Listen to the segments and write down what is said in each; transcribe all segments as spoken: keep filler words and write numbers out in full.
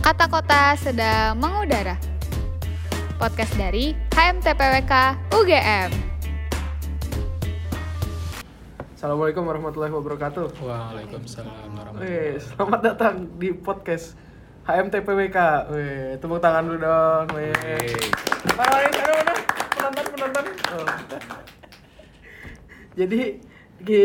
Kata Kota sedang mengudara. Podcast dari H M T P W K U G M. Assalamualaikum warahmatullahi wabarakatuh. Waalaikumsalam warahmatullahi Wih, selamat datang di podcast H M T P W K. Wih, tepuk tangan dulu dong. Wih. Ah, ini ada mana? Penonton, penonton. Oh. Jadi di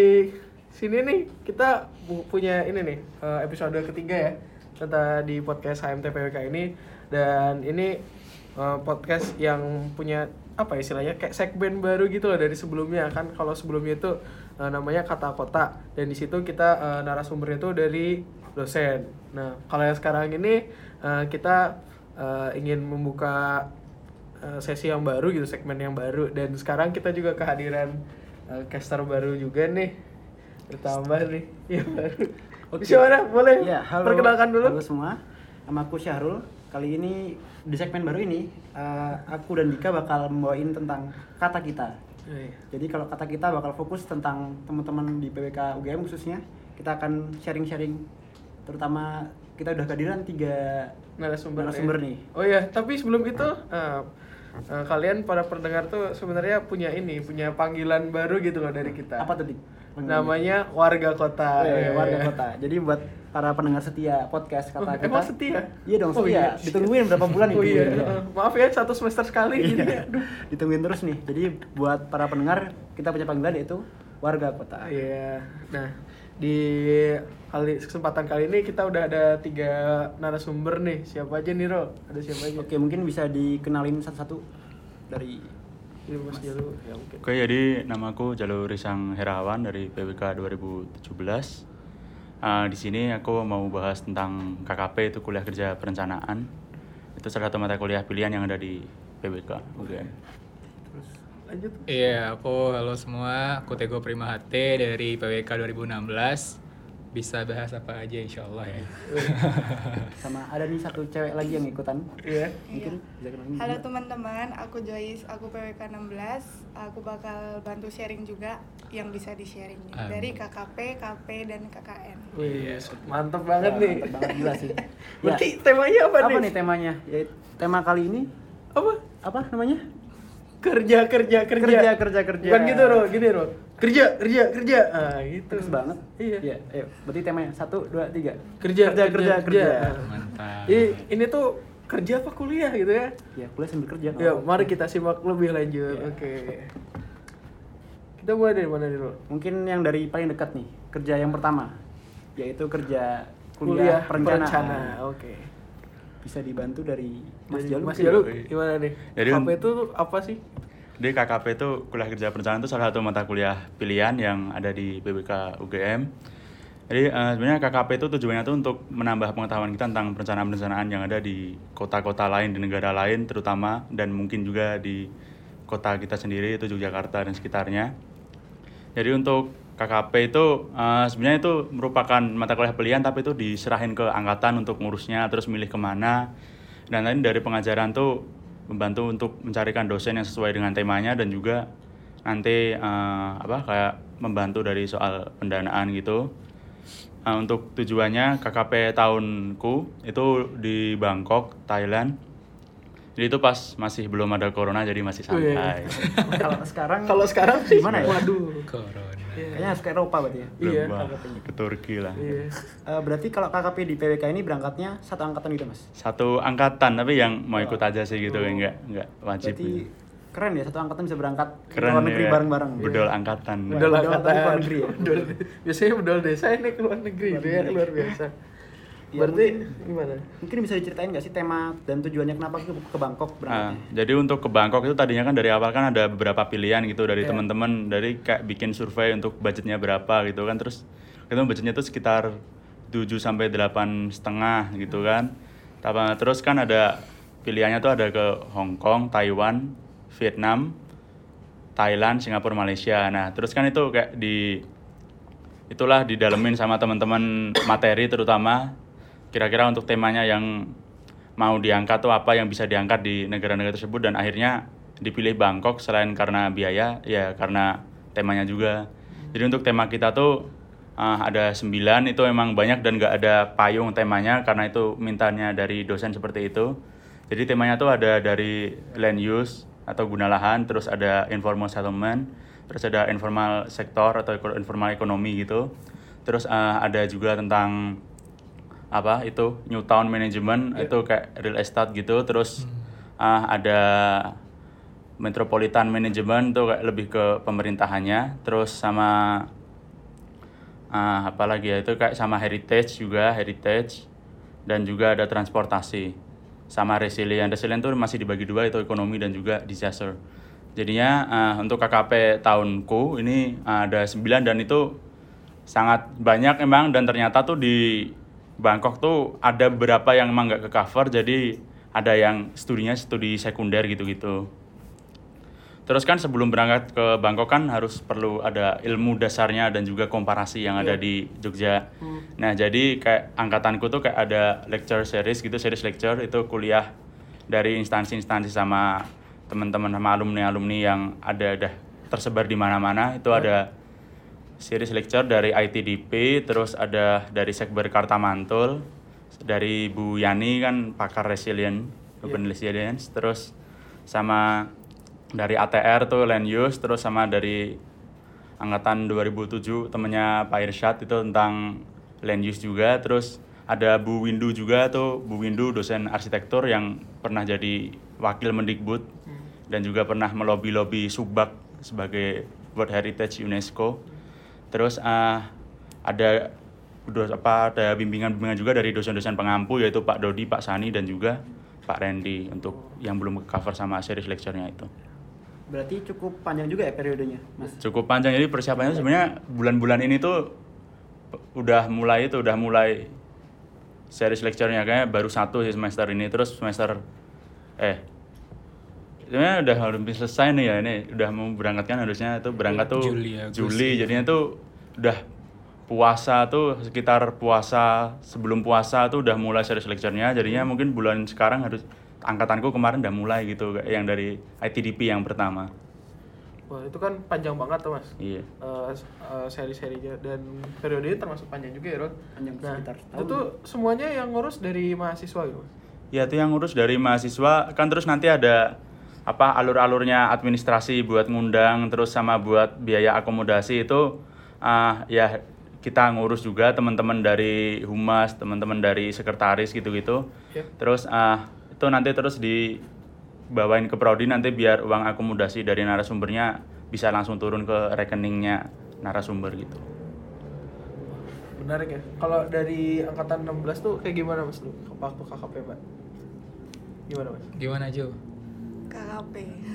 sini nih kita punya ini nih episode ketiga ya tentang di podcast H M T P W K ini, dan ini uh, podcast yang punya apa istilahnya kayak segmen baru gitu loh dari sebelumnya kan. Kalau sebelumnya itu uh, namanya Kata Kota, dan di situ kita uh, narasumbernya itu dari dosen. Nah kalau yang sekarang ini uh, kita uh, ingin membuka uh, sesi yang baru gitu, segmen yang baru, dan sekarang kita juga kehadiran uh, caster baru juga nih, bertambah nih yang baru. Oke. Siapa boleh ya, halo, perkenalkan dulu. Halo semua, nama aku Syahrul. Kali ini di segmen baru ini uh, aku dan Dika bakal membawain tentang kata kita. Oh, iya. Jadi kalau kata kita bakal fokus tentang teman-teman di P W K U G M khususnya. Kita akan sharing-sharing, terutama kita udah kehadiran tiga narasumber, narasumber ya. nih. Oh ya, tapi sebelum itu uh, uh, kalian para pendengar tuh sebenarnya punya ini, punya panggilan baru gitu loh dari kita. Apa tuh, Dik? Namanya warga kota. Oh, iya, yeah. warga kota. Jadi buat para pendengar setia podcast kata oh, kita. Emang setia? Iya dong, setia. Oh, iya. Ditungguin berapa bulan oh, itu. Iya. Ya. Uh, maaf ya, satu semester sekali. Iya. Jadi, aduh. Ditungguin terus nih. Jadi buat para pendengar kita punya panggilan yaitu warga kota. Iya. Nah, di kali kesempatan kali ini kita udah ada tiga narasumber nih. Siapa aja nih, Ro? Ada siapa aja? Oke, mungkin bisa dikenalin satu-satu dari Ini Mas Jalu ya mungkin. Oke, jadi namaku Jalu Risang Herawan dari P W K dua ribu tujuh belas. Uh, di sini aku mau bahas tentang K K P, itu kuliah kerja perencanaan. Itu salah satu mata kuliah pilihan yang ada di P W K U G M. Terus lanjut. Iya, aku halo semua, aku Tego Prima H T dari P W K dua ribu enam belas. Bisa bahas apa aja insyaallah ya. sama ada nih satu cewek lagi yang ikutan. Iya. Mungkin bisa kenalin. Halo teman-teman, aku Joyce, aku P W K enam belas. Aku bakal bantu sharing juga yang bisa di-sharing nih. Amin. Dari K K P, K P, dan K K N. Wih, mantep banget Ya, nih. mantap banget gila sih. Berarti temanya apa, apa nih? nih temanya? Ya, tema kali ini Apa? apa namanya? Kerja, kerja, kerja. Kerja, kerja, kerja. Bukan gitu, Ro. Gini, Ro. Kerja, kerja, kerja. Ah, gitu. Bagus banget. Iya. Ya, ayo. Berarti temanya satu, dua, tiga. Kerja, kerja, kerja, kerja. Mantap. Ini, ini tuh kerja apa kuliah gitu ya? Ya, kuliah sambil kerja. nggak Ya, apa-apa. mari kita simak lebih lanjut. Iya. Oke. Kita mulai dari mana dulu? Mungkin yang dari paling dekat nih, kerja yang pertama, yaitu kerja Kuliah kuliah, perencanaan. perencana. Oke. Bisa dibantu dari Mas Dari Jalu. Mas mungkin? Jalu gimana nih? Jadi K P un- itu apa sih? Jadi K K P itu kuliah kerja perencanaan, itu salah satu mata kuliah pilihan yang ada di P W K U G M. Jadi uh, sebenarnya K K P itu tujuannya tuh untuk menambah pengetahuan kita tentang perencanaan-perencanaan yang ada di kota-kota lain, di negara lain terutama, dan mungkin juga di kota kita sendiri, itu Yogyakarta dan sekitarnya. Jadi untuk K K P itu uh, sebenarnya itu merupakan mata kuliah pilihan, tapi itu diserahin ke angkatan untuk ngurusnya, terus milih kemana. Dan lain dari pengajaran tuh membantu untuk mencarikan dosen yang sesuai dengan temanya, dan juga nanti uh, apa kayak membantu dari soal pendanaan gitu. Uh, untuk tujuannya K K P tahunku itu di Bangkok, Thailand. Jadi itu pas masih belum ada corona, jadi masih santai. Kalau sekarang Kalau sekarang sih gimana ya? Waduh. Corona. Kayaknya harus ke Eropa berarti ya. Iya. Belum, Bang. Ke Turki lah. Iya. Eh, berarti kalau K K P di P W K ini berangkatnya satu angkatan gitu, Mas? Satu angkatan, tapi yang mau ikut aja sih gitu, enggak enggak wajib. Berarti keren ya, satu angkatan bisa berangkat ke Keren luar negeri ya. bareng-bareng. Bedol angkatan. Bedol Bedol angkatan. tapi luar negeri ya? Bedol- Biasanya bedol desa ini ke luar negeri, itu ya luar biasa. Ya, Berarti mungkin- gimana? Mungkin bisa diceritain nggak sih tema dan tujuannya kenapa ke, ke Bangkok Ah, berangkatnya? jadi untuk ke Bangkok itu tadinya kan dari awal kan ada beberapa pilihan gitu dari Iya. teman-teman, dari kayak bikin survei untuk budgetnya berapa gitu kan, terus itu budgetnya tuh sekitar tujuh sampai delapan setengah gitu kan. Tapi terus kan ada pilihannya tuh ada ke Hong Kong, Taiwan, Vietnam, Thailand, Singapura, Malaysia. Nah, terus kan itu kayak di itulah didalemin sama teman-teman materi, terutama kira-kira untuk temanya yang mau diangkat tuh apa yang bisa diangkat di negara-negara tersebut, dan akhirnya dipilih Bangkok selain karena biaya ya karena temanya juga. Jadi untuk tema kita tuh uh, ada sembilan, itu emang banyak dan nggak ada payung temanya karena itu mintanya dari dosen seperti itu. Jadi temanya tuh ada dari land use atau guna lahan, terus ada informal settlement, terus ada informal sektor atau informal ekonomi gitu. Terus uh, ada juga tentang apa itu new town management, yeah. Itu kayak real estate gitu. Terus uh, ada metropolitan management tuh kayak lebih ke pemerintahannya. Terus sama uh, apa lagi ya, itu kayak sama heritage juga, heritage, dan juga ada transportasi sama resilient. Resilient tuh masih dibagi dua, itu ekonomi dan juga disaster. Jadinya uh, untuk K K P tahunku ini uh, ada sembilan dan itu sangat banyak emang, dan ternyata tuh di Bangkok tuh ada beberapa yang emang nggak ke cover, jadi ada yang studinya studi sekunder gitu-gitu. Terus kan sebelum berangkat ke Bangkok kan harus perlu ada ilmu dasarnya dan juga komparasi yang ada di Jogja. Hmm. Nah jadi kayak angkatanku tuh kayak ada lecture series gitu, series lecture itu kuliah dari instansi-instansi sama teman-teman sama alumni-alumni yang ada dah tersebar di mana-mana. Itu hmm. ada series lecture dari I T D P, terus ada dari Sekber Kartamantul, dari Bu Yani kan pakar resilient, urban yeah. resilience, terus sama dari A T R tuh land use, terus sama dari angkatan dua ribu tujuh temennya Pak Irsyad itu tentang land use juga. Terus ada Bu Windu juga tuh, Bu Windu dosen arsitektur yang pernah jadi wakil Mendikbud hmm. dan juga pernah melobi-lobi Subak sebagai World Heritage UNESCO. Terus uh, ada apa ada bimbingan-bimbingan juga dari dosen-dosen pengampu, yaitu Pak Dodi, Pak Sani, dan juga Pak Randy untuk yang belum cover sama series lecture-nya itu. Berarti cukup panjang juga ya periodenya, Mas? Cukup panjang, jadi persiapannya sebenarnya bulan-bulan ini tuh udah mulai itu udah mulai series lecture-nya, kayaknya baru satu sih semester ini, terus semester eh sebenarnya udah hampir selesai nih ya, ini udah mau berangkat kan, harusnya tuh berangkat tuh Juli, Juli jadinya tuh udah puasa tuh, sekitar puasa sebelum puasa tuh udah mulai series lecture-nya, jadinya mungkin bulan sekarang harus angkatanku kemarin udah mulai gitu, yang dari I T D P yang pertama. Wah itu kan panjang banget tuh Mas. Iya. Uh, uh, seri-serinya dan periodenya termasuk panjang juga ya Ron. Panjang nah, sekitar tahun. Itu tuh semuanya yang ngurus dari mahasiswa gitu Mas? Iya itu yang ngurus dari mahasiswa kan, terus nanti ada apa alur-alurnya administrasi buat ngundang, terus sama buat biaya akomodasi itu uh, ya kita ngurus juga, teman-teman dari humas, teman-teman dari sekretaris gitu-gitu. Yeah. Terus uh, itu nanti terus dibawain ke prodi nanti biar uang akomodasi dari narasumbernya bisa langsung turun ke rekeningnya narasumber gitu. Menarik ya. Kalau dari angkatan enam belas tuh kayak gimana Mas lu waktu K K P Pak? Gimana Mas? Gimana Jo? K K P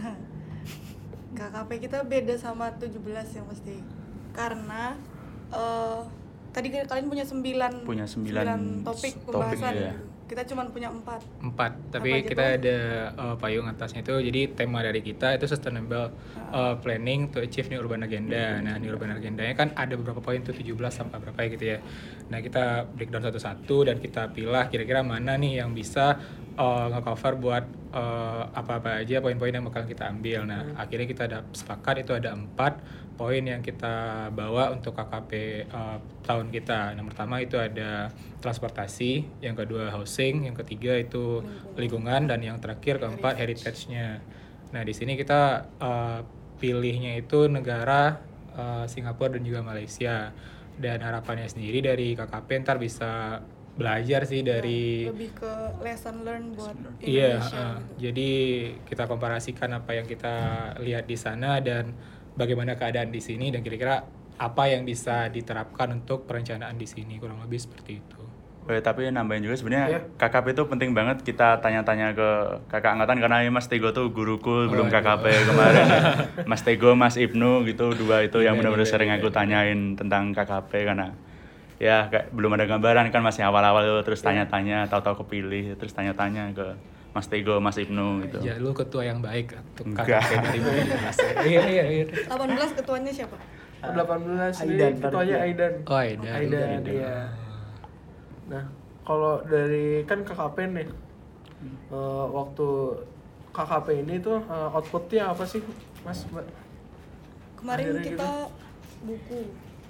K K P kita beda sama tujuh belas yang pasti, karena uh, tadi kalian punya sembilan punya sembilan topik topik pembahasan, ya. Kita cuma punya empat empat tapi kita ada uh, payung atasnya itu, jadi tema dari kita itu sustainable uh, planning to achieve new urban agenda. Nah new urban agendanya kan ada beberapa poin tuh, tujuh belas sampai berapa ya gitu ya. Nah kita breakdown satu-satu dan kita pilih kira-kira mana nih yang bisa uh, nge-cover buat uh, apa-apa aja poin-poin yang bakal kita ambil. Nah hmm. akhirnya kita ada sepakat itu ada empat poin yang kita bawa untuk K K P uh, tahun kita. Yang pertama itu ada transportasi, yang kedua housing, yang ketiga itu lingkungan, dan yang terakhir keempat heritage-nya. Nah di sini kita uh, pilihnya itu negara uh, Singapura dan juga Malaysia. Dan harapannya sendiri dari K K P ntar bisa belajar sih dari lebih ke lesson learn buat iya, Indonesia. uh, jadi kita komparasikan apa yang kita lihat di sana dan bagaimana keadaan di sini, dan kira-kira apa yang bisa diterapkan untuk perencanaan di sini, kurang lebih seperti itu. Oh, ya, tapi nambahin juga sebenarnya yeah. K K P itu penting banget kita tanya-tanya ke kakak angkatan, karena Mas Tego tuh guruku oh, belum K K P iya. kemarin ya. Mas Tego, Mas Ibnu gitu, dua itu yang benar-benar sering aku tanyain tentang K K P, karena ya kayak belum ada gambaran kan, masih awal-awal tuh, terus tanya-tanya, tahu-tahu kepilih, terus tanya-tanya ke Mas Tego, Mas Ibnu gitu. Ya lu ketua yang baik untuk K K P dari dua ribu delapan belas. Iya iya iya. delapan belas ketuanya siapa? delapan belas ini Aidan, ketuanya Aidan. Oh Aidan. Aidan iya. Nah, kalau dari kan K K P nih, hmm. uh, waktu K K P ini tuh uh, outputnya apa sih, Mas? Mbak? Kemarin Akhirnya kita gitu. buku,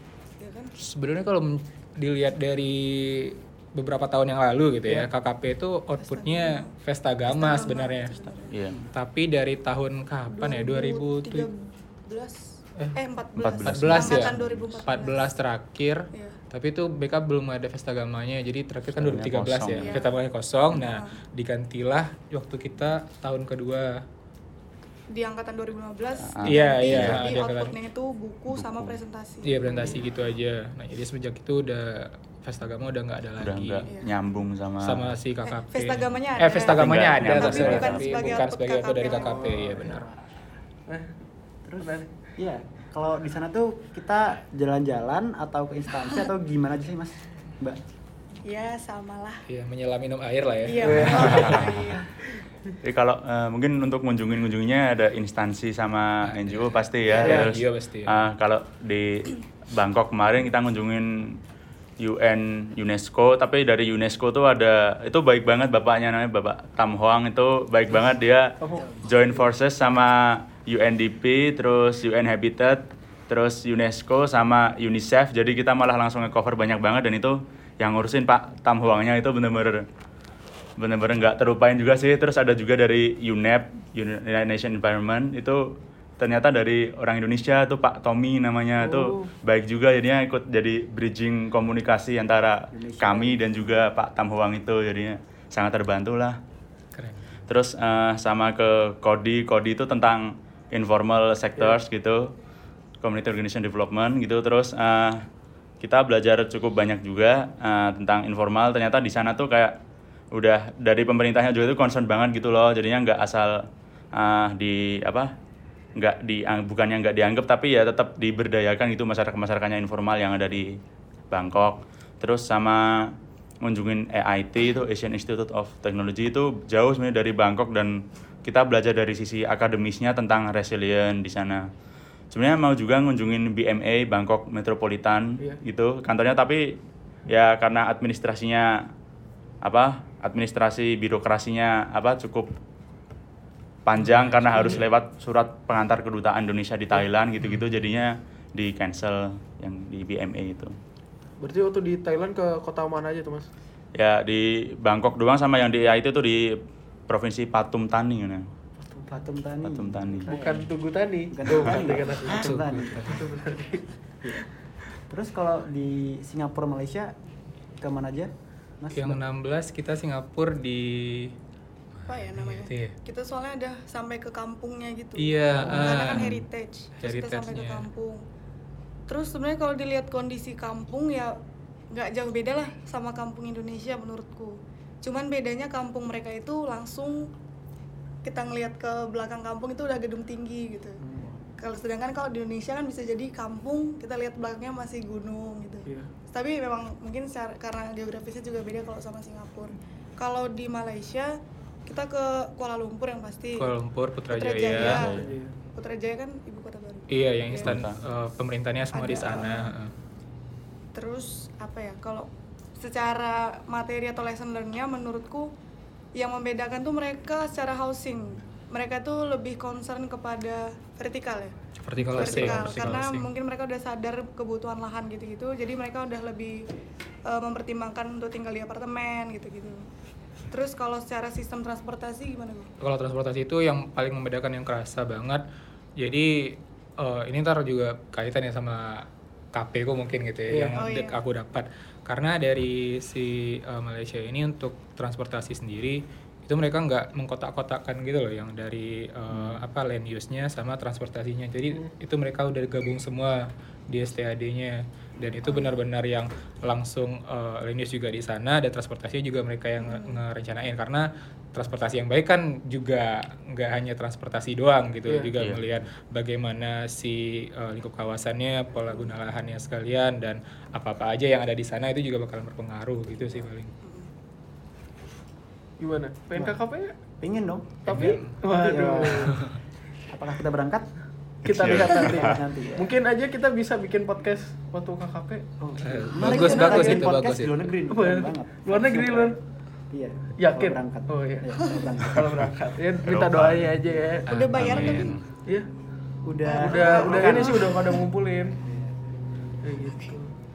ya kan? Sebenarnya kalau men- dilihat dari beberapa tahun yang lalu gitu ya, Iya. K K P itu outputnya Vestagama sebenarnya. Iya. Tapi dari tahun kapan ya? dua ribu tiga belas Eh, eh empat belas empat belas ya. Angkatan dua ribu empat belas. empat belas terakhir. Iya. Tapi itu B K belum ada Vestagamanya. Jadi terakhir kan dua ribu tiga belas ya. Kosong. Vestagamanya kosong. Nah, digantilah waktu kita tahun kedua. Di angkatan dua ribu lima belas Ah. Iya, ganti, iya, jadi di angkatan. outputnya itu buku sama presentasi. Iya, presentasi gitu aja. Nah, jadi semenjak itu udah Vestagama udah nggak ada Udah lagi. nggak Iya. nyambung sama Sama si K K P. Eh, Vestagamanya Eh, ada. Vestagamanya Tapi ada, nggak- tapi, tapi bukan bukan sebagai bukan output sebagai output dari K K K K P, P. ya benar. Eh, Terus benar. iya, kalau di sana tuh kita jalan-jalan atau ke instansi atau gimana aja sih Mas? Mbak? Ya samalah. Iya, menyelam minum air lah ya. Iya. Iya. Jadi kalau eh, mungkin untuk ngunjungin-ngunjunginya ada instansi sama N G O pasti ya. Iya, Terus iya pasti. eh, kalau di Bangkok kemarin kita ngunjungin U N UNESCO, tapi dari UNESCO tuh ada, itu baik banget bapaknya, namanya Bapak Tam Hoang, itu baik banget, dia join forces sama U N D P, terus U N Habitat, terus UNESCO sama UNICEF. Jadi kita malah langsung nge-cover banyak banget, dan itu yang ngurusin Pak Tam Hoangnya itu bener-bener bener-bener nggak terlupain juga sih. Terus ada juga dari U N E P, United Nations Environment, itu ternyata dari orang Indonesia tuh Pak Tommy namanya. Oh. Tuh baik juga, jadinya ikut jadi bridging komunikasi antara Indonesia. kami dan juga Pak Tam Hoang itu, jadinya sangat terbantu lah. Keren. Terus eh, sama ke Kodi, Kodi itu tentang informal sectors gitu, community organization development gitu. Terus eh, kita belajar cukup banyak juga eh, tentang informal. Ternyata di sana tuh kayak udah dari pemerintahnya juga itu concern banget gitu loh. Jadinya nggak asal eh, di apa nggak di bukannya nggak dianggap, tapi ya tetap diberdayakan gitu masyarakat masyarakatnya informal yang ada di Bangkok. Terus sama ngunjungin A I T itu, Asian Institute of Technology, itu jauh sebenarnya dari Bangkok, dan kita belajar dari sisi akademisnya tentang resilient di sana. Sebenarnya mau juga ngunjungin B M A, Bangkok Metropolitan Iya. gitu kantornya, tapi ya karena administrasinya apa administrasi birokrasinya apa cukup panjang karena harus lewat surat pengantar kedutaan Indonesia di Thailand gitu-gitu, jadinya di cancel yang di B M A itu. Berarti waktu di Thailand ke kota mana aja tuh Mas? Ya di Bangkok doang, sama yang di A I T itu di provinsi Pathum Thani gitu. Patum Tani. Pathum Thani. Bukan Tugu Tani. Bukan Tuh, Tugu Tani. kan, kan. Patum Tani. Terus kalau di Singapura, Malaysia kemana aja? Mas? Yang enam belas kita Singapura di Apa ya namanya? Itu ya. Kita soalnya ada sampai ke kampungnya gitu. Iya, Karena ah. kan heritage. Terus kita sampai ke Heritage-nya. kampung. Terus sebenarnya kalau dilihat kondisi kampung ya nggak jauh beda lah sama kampung Indonesia menurutku. Cuman bedanya kampung mereka itu langsung kita ngelihat ke belakang kampung itu udah gedung tinggi gitu. Hmm. Kalau sedangkan kalau di Indonesia kan bisa jadi kampung kita lihat belakangnya masih gunung gitu. Iya. Tapi memang mungkin secara, karena geografisnya juga beda kalau sama Singapura. Kalau di Malaysia kita ke Kuala Lumpur yang pasti. Kuala Lumpur, Putrajaya. Putrajaya. Iya. Putrajaya kan ibu kota baru. Iya, yang Iya. instan eh, pemerintahnya semua di Ada. sana. Terus apa ya? Kalau secara materi atau lesson learn-nya menurutku yang membedakan tuh mereka secara housing. Mereka tuh lebih concern kepada vertikal ya. Vertical housing, Vertikal, vertical karena housing. mungkin mereka udah sadar kebutuhan lahan gitu-gitu. Jadi mereka udah lebih eh, mempertimbangkan untuk tinggal di apartemen gitu-gitu. Terus kalau secara sistem transportasi gimana, Bu? Kalau transportasi itu yang paling membedakan, yang kerasa banget. Jadi eh, ini ntar juga kaitan ya sama K P ku mungkin gitu ya, Iya. yang Oh, dek- iya. aku dapat. Karena dari si eh, Malaysia ini untuk transportasi sendiri itu mereka nggak mengkotak-kotakkan gitu loh, yang dari eh, apa land use-nya sama transportasinya. Jadi itu mereka udah gabung semua di S T A D-nya, dan itu benar-benar yang langsung eh, land use juga di sana, dan transportasinya juga mereka yang nge- ngerencanain. Karena transportasi yang baik kan juga nggak hanya transportasi doang gitu, Iya. juga Iya. melihat bagaimana si eh, lingkup kawasannya, pola guna lahannya sekalian, dan apa-apa aja yang ada di sana itu juga bakalan berpengaruh gitu sih paling. Gimana? Pengen K K P ya? Pengen dong. Tapi waduh. Apakah kita berangkat? Kita Siap. lihat nanti. Nanti ya. Mungkin aja kita bisa bikin podcast waktu K K P. Oh. Eh, Mari bagus kita bagus bikin itu podcast bagus di itu. luar negeri. Apa ya? Keren banget. Luar negeri, Lun? Iya. Yakin? Kalau berangkat. Oh iya. Iya, kalau berangkat. Kalau berangkat. Ya minta Eropa. doanya aja ya. Udah bayar Amin. tapi Iya. Udah. Udah udah ini sih udah pada ngumpulin. Kayak gitu.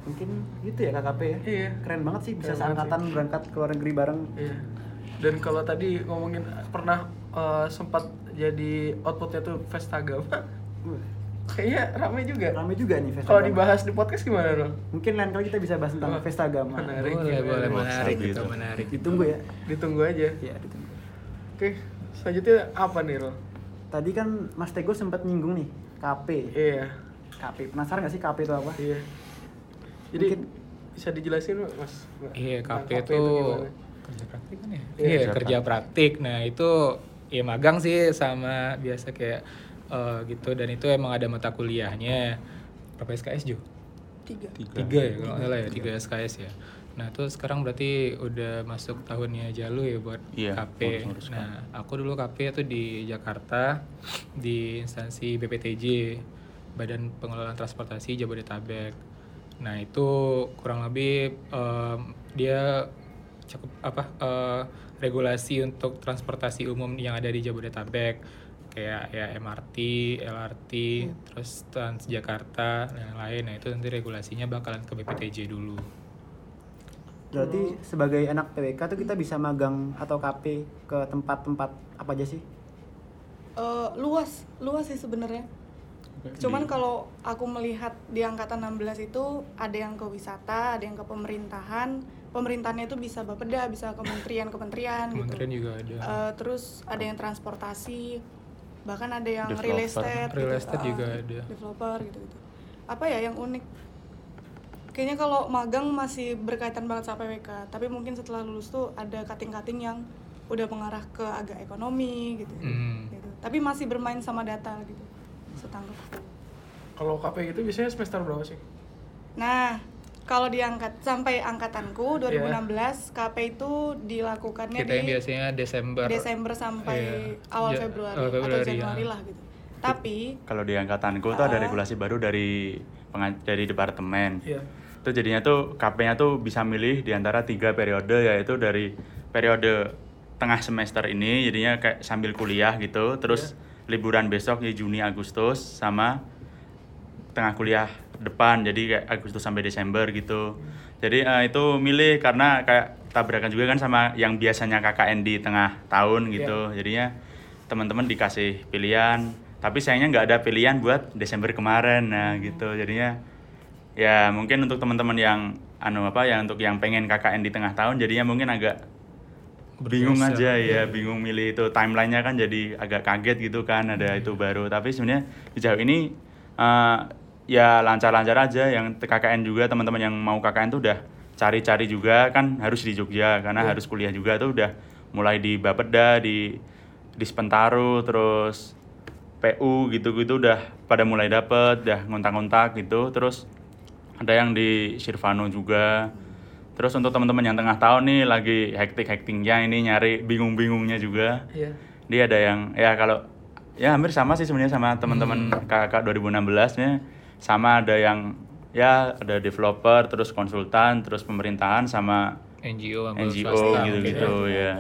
Mungkin gitu ya K K P ya. Iya. Keren banget sih bisa Keren banget seangkatan berangkat ke luar negeri bareng. Iya. Dan kalau tadi ngomongin pernah uh, sempat jadi outputnya tuh Festagama, kayaknya ramai juga. Ramai juga nih Festagama. Kalau dibahas di podcast gimana dong? Mungkin lain kali kita bisa bahas tentang Oh, Festagama. menarik. Boleh, gimana? boleh, menarik Sabi gitu, itu. menarik. Ditunggu ya. Ditunggu aja. Iya, ditunggu. Oke, selanjutnya apa nih Ro? Tadi kan Mas Tego sempat nyinggung nih K P. Iya, K P. Penasaran nggak sih K P itu apa? iya. Jadi Mungkin- bisa dijelasin Mas? Iya, Tentang K P itu gimana? kerja praktik kan ya? Iya, Iya, kerja kerja praktik. Nah, itu ya magang sih sama biasa kayak eh, gitu, dan itu emang ada mata kuliahnya. Berapa S K S, Jo? Tiga. Tiga ya kalau nggak salah ya, tiga S K S ya. Nah itu sekarang berarti udah masuk tahunnya Jalu ya buat Iya, K P. ngurus-ngurus kan. Nah aku dulu K P itu di Jakarta di instansi B P T J, Badan Pengelolaan Transportasi Jabodetabek. Nah itu kurang lebih em, dia cukup apa eh, regulasi untuk transportasi umum yang ada di Jabodetabek, kayak ya M R T, L R T, terus Transjakarta dan lain-lain. Nah itu nanti regulasinya bakalan ke B P T J dulu. Berarti sebagai anak P W K tuh kita bisa magang atau K P ke tempat-tempat apa aja sih? Eh, luas, luas sih sebenarnya. Cuman kalau aku melihat di angkatan enam belas itu ada yang ke wisata, ada yang ke pemerintahan. Pemerintahannya itu bisa Bapeda, bisa kementerian-kementerian gitu. Kementerian juga ada. Eh, terus ada yang transportasi, bahkan ada yang Developer. real estate, Real gitu. estate Ah, juga ada. developer gitu-gitu. Apa ya yang unik? Kayaknya kalau magang masih berkaitan banget sama P W K, tapi mungkin setelah lulus tuh ada cutting-cutting yang udah mengarah ke agak ekonomi gitu. Hmm. gitu. Tapi masih bermain sama data gitu. Setangkapku. Kalau K P itu biasanya semester berapa sih? Nah, kalau diangkat sampai angkatanku dua ribu enam belas K P itu dilakukannya Kita yang di biasanya Desember. Desember sampai Iya. awal Ja- Februari, awal Februari, atau Januari ya. lah gitu. Tapi Kalau di angkatanku tuh ada Ah. regulasi baru dari penga- dari departemen. Iya. Itu jadinya tuh K P-nya tuh bisa milih di antara tiga periode, yaitu dari periode tengah semester ini jadinya kayak sambil kuliah gitu, terus liburan besok di Juni Agustus, sama tengah kuliah depan jadi kayak Agustus sampai Desember gitu. Jadi eh, itu milih karena kayak tabrakan juga kan sama yang biasanya K K N di tengah tahun gitu. Jadinya teman-teman dikasih pilihan, tapi sayangnya nggak ada pilihan buat Desember kemarin. Nah gitu jadinya ya mungkin untuk teman-teman yang anu apa ya untuk yang pengen K K N di tengah tahun jadinya mungkin agak bingung Bergeser. aja ya, bingung milih itu, timelinenya kan jadi agak kaget gitu kan ada itu baru. Tapi sebenarnya sejauh ini eh, ya lancar-lancar aja. Yang K K N juga teman-teman yang mau K K N tuh udah cari-cari juga kan, harus di Jogja karena harus kuliah juga tuh udah mulai di Bapeda, di di Spentaru, terus P U gitu-gitu udah pada mulai dapet, udah ngontak-ngontak gitu. Terus ada yang di Sirvano juga. Terus untuk teman-teman yang tengah tahun nih lagi hektik-hektiknya ini nyari bingung-bingungnya juga. Iya. Dia ada yang ya kalau ya hampir sama sih sebenarnya sama teman-teman kakak dua ribu enam belas nya. Sama ada yang ya ada developer, terus konsultan, terus pemerintahan sama N G O, N G O swasta, gitu-gitu mungkin ya.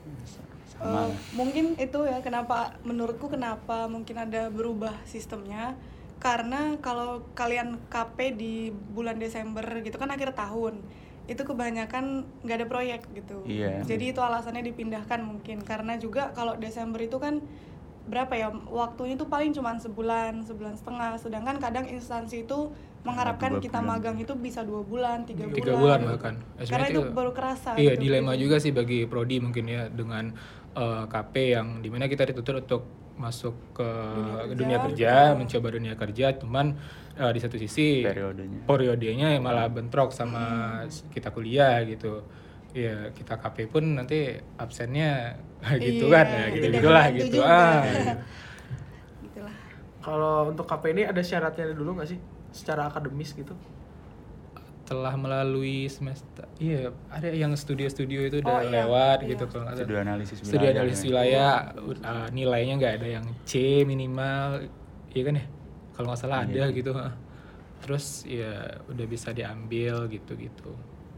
Eh, mungkin itu ya kenapa menurutku kenapa mungkin ada berubah sistemnya, karena kalau kalian K P di bulan Desember gitu kan akhir tahun itu kebanyakan nggak ada proyek gitu. Iya. Jadi itu alasannya dipindahkan mungkin karena juga kalau Desember itu kan berapa ya waktunya itu paling cuma sebulan sebulan setengah, sedangkan kadang instansi itu mengharapkan dua kita bulan. magang itu bisa dua bulan tiga bulan tiga bulan bahkan. karena Eh, sebenarnya itu itu- baru kerasa Iya, gitu. dilema juga sih bagi prodi mungkin ya dengan eh, K P yang dimana kita dituntut untuk masuk ke Dunia dunia kerja. kerja, mencoba dunia kerja, cuman eh, di satu sisi Periodenya. periodenya malah bentrok sama kita kuliah gitu. Iya, kita K P pun nanti absennya gitu Iya, kan ya, gitu tidak gitulah membantu gitu. juga. Ah. Gitulah. Kalau untuk K P ini ada syaratnya dulu nggak sih? Secara akademis gitu? Telah melalui semester. Iya, ada yang studio-studio itu udah Oh, iya, lewat iya. gitu kalau nggak salah. Studi analisis Studi wilayah, analisis ya. wilayah uh, nilainya nggak ada yang C minimal, iya kan ya? Kalau nggak salah Iya ada sih. gitu. ha. Terus ya udah bisa diambil gitu-gitu.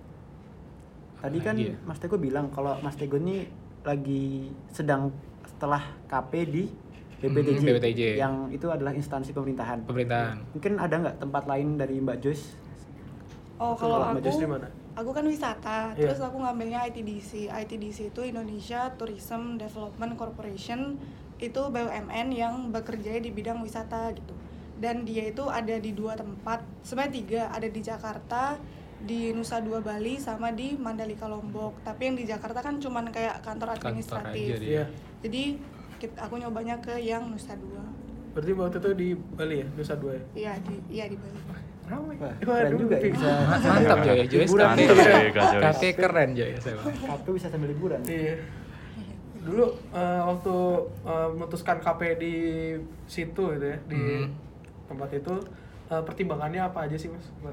Tadi kan Apalagi ya? Mas Tego bilang kalau Mas Tego ini lagi sedang setelah K P di B P T J, Hmm, B P T J. yang itu adalah instansi pemerintahan. Pemerintahan. Mungkin ada nggak tempat lain dari Mbak Joyce? Oh, kalau aku Majus di mana? aku kan wisata, Iya. terus aku ngambilnya I T D C. I T D C itu Indonesia Tourism Development Corporation, itu B U M N yang bekerja di bidang wisata gitu. Dan dia itu ada di dua tempat, sebenarnya tiga, ada di Jakarta, di Nusa Dua Bali, sama di Mandalika Lombok. Tapi yang di Jakarta kan cuman kayak kantor Kantor administratif. aja dia. Iya. Jadi kit- aku nyobanya ke yang Nusa Dua. Berarti waktu itu di Bali ya, Nusa Dua ya? Iya di iya di Bali. Ramai. Wah, keren juga ya, bisa Mantap Joy, Joy liburan. K P. Mantap Joy, Kak Joy. K P keren Joy saya. Satu bisa sambil liburan. Iya. Dulu eh, waktu eh, memutuskan K P di situ gitu ya, di Mhm. tempat itu eh, pertimbangannya apa aja sih Mas? Mbak?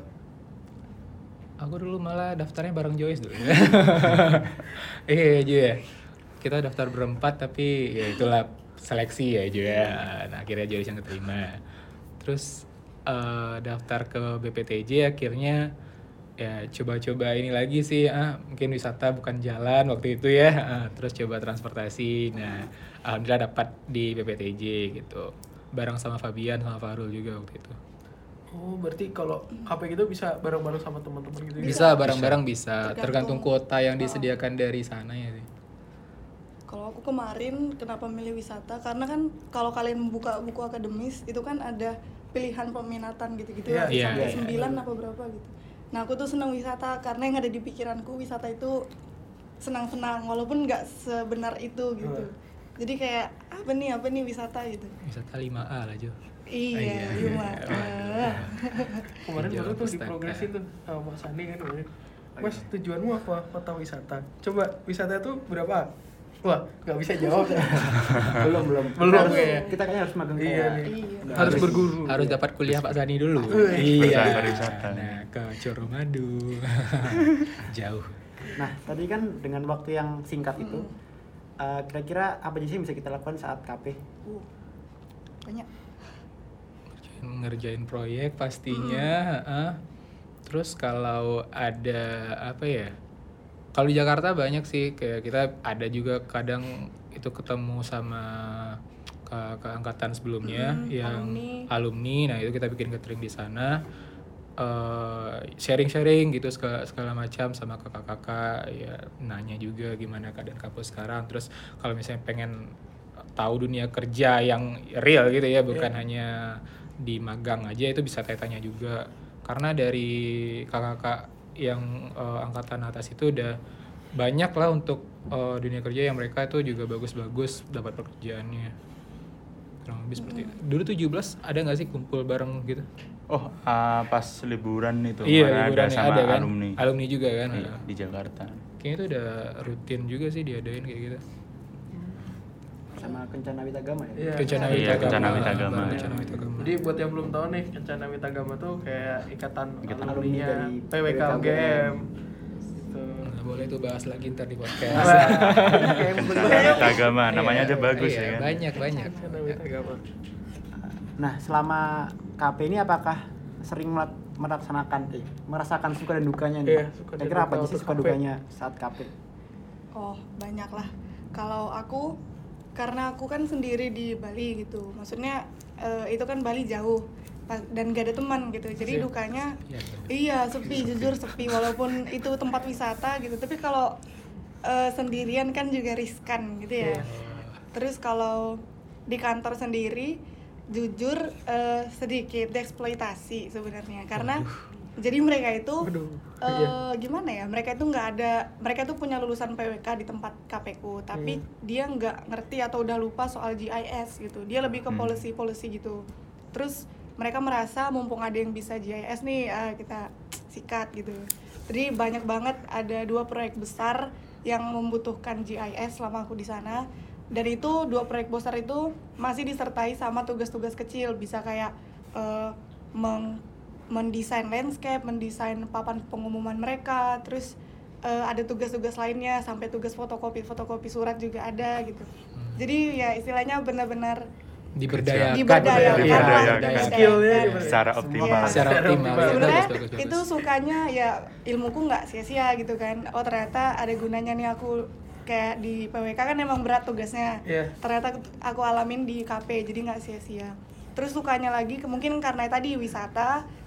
Aku dulu malah daftarnya bareng Joyce dulu. Iya Joy ya. Kita daftar berempat tapi ya itulah seleksi ya Joy ya. Nah akhirnya Joyce yang keterima. Terus eh, daftar ke B P T J akhirnya ya coba-coba ini lagi sih, ah mungkin wisata bukan jalan waktu itu ya. Ah, terus coba transportasi. Nah alhamdulillah dapat di B P T J gitu. Bareng sama Fabian sama Farul juga waktu itu. Oh, berarti kalau K P gitu bisa bareng-bareng sama teman-teman gitu. ya? Bisa bareng-bareng bisa, tergantung Tergantung. kuota yang disediakan dari sana ya sih. Kalau aku kemarin kenapa milih wisata? Karena kan kalau kalian buka buku akademis itu kan ada pilihan peminatan gitu-gitu Iya, lah, iya, sampai iya. sembilan apa berapa gitu. Nah aku tuh senang wisata karena yang ada di pikiranku wisata itu senang-senang walaupun nggak sebenar itu gitu. Hmm. Jadi kayak apa nih apa nih wisata gitu. Wisata lima A lah Jo. Iya, Iya. gimana? Kemarin Hijau baru tuh pustaka. diprograsin tuh sama Mas Sani kan kemarin. Mas, tujuanmu apa? Kota wisata. Coba wisata itu berapa? Wah, nggak bisa jawab ya. belum belum Belum, kita harus, kayaknya. kita kayaknya harus magang Iya kayak nih. Iya. Nggak Harus berguru. Harus dapat kuliah Pak Sani dulu. Wih, Iya. pariwisata. Nah, ke Coromadu. Jauh. Nah, tadi kan dengan waktu yang singkat itu, eh, kira-kira apa aja sih yang bisa kita lakukan saat K P? Uh, banyak. Ngerjain proyek pastinya, heeh. Terus kalau ada apa ya? Kalau di Jakarta banyak sih, kayak kita ada juga kadang itu ketemu sama ke, ke angkatan sebelumnya Hmm, yang alumni. alumni. Nah, itu kita bikin gathering di sana. Eh, sharing-sharing gitu segala, segala macam sama kakak-kakak, ya nanya juga gimana keadaan kampus sekarang. Terus kalau misalnya pengen tahu dunia kerja yang real gitu ya, bukan Iya. hanya di magang aja, itu bisa tanya-tanya juga. Karena dari kakak-kakak yang eh, angkatan atas itu udah banyak lah untuk eh, dunia kerja yang mereka itu juga bagus-bagus dapat pekerjaannya. Kurang lebih seperti itu. Dulu tujuh belas ada nggak sih kumpul bareng gitu? Oh, ah, pas liburan itu Iya, kemarin liburan ada sama ada kan? alumni. Alumni juga kan? Iya, di Jakarta. Kayaknya itu udah rutin juga sih diadain kayak gitu. Sama Kencana Witagama ya? Iya. Kencana Iya, Witagama. Kencana Witagama. Kencana Witagama. Jadi buat yang belum tahu nih, Kencana Witagama tuh kayak ikatan Ikatan alumni-nya alumni dari P W K U G M. Gitu. Nggak boleh tuh bahas lagi ntar di podcast. Wah, Kencana Witagama, namanya aja Iya, bagus iya, ya kan. Banyak banyak. Kencana Witagama. Nah, selama K P ini apakah sering melak- melaksanakan, eh, merasakan suka dan dukanya nih? Iya, suka dan Kira-kira apa duka aja sih waktu suka K P? dukanya saat K P? Oh, banyak lah. Kalau aku, karena aku kan sendiri di Bali gitu. Maksudnya eh, itu kan Bali jauh pa- dan gak ada teman gitu. Jadi Iya. dukanya Iya, betul. iya sepi, jujur sepi. Walaupun itu tempat wisata gitu. Tapi kalau eh, sendirian kan juga riskan gitu ya. Iya. Terus kalau di kantor sendiri, jujur eh, sedikit dieksploitasi sebenarnya. Karena jadi mereka itu Waduh, eh, iya. gimana ya, mereka itu nggak ada, mereka tuh punya lulusan P W K di tempat K P ku, tapi Hmm. dia nggak ngerti atau udah lupa soal G I S gitu. Dia lebih ke Hmm. policy-policy gitu. Terus mereka merasa mumpung ada yang bisa G I S nih, ah, kita sikat gitu. Jadi banyak banget, ada dua proyek besar yang membutuhkan G I S selama aku di sana. Dan itu dua proyek besar itu masih disertai sama tugas-tugas kecil, bisa kayak eh, meng mendesain landscape, mendesain papan pengumuman mereka, terus eh, ada tugas-tugas lainnya sampai tugas fotokopi fotokopi surat juga ada gitu. Jadi ya istilahnya benar-benar Diberdayakan. Diberdayakan. Iya, Diberdayakan. Skillnya Iya. Secara Semua. optimal. Secara Secara optimal. optimal. Iya, Sebenarnya bagus, bagus, bagus. itu sukanya ya ilmuku nggak sia-sia gitu kan. Oh ternyata ada gunanya nih aku kayak di P W K kan emang berat tugasnya. Iya. Ternyata aku alamin di K P jadi nggak sia-sia. Terus sukanya lagi mungkin karena tadi wisata,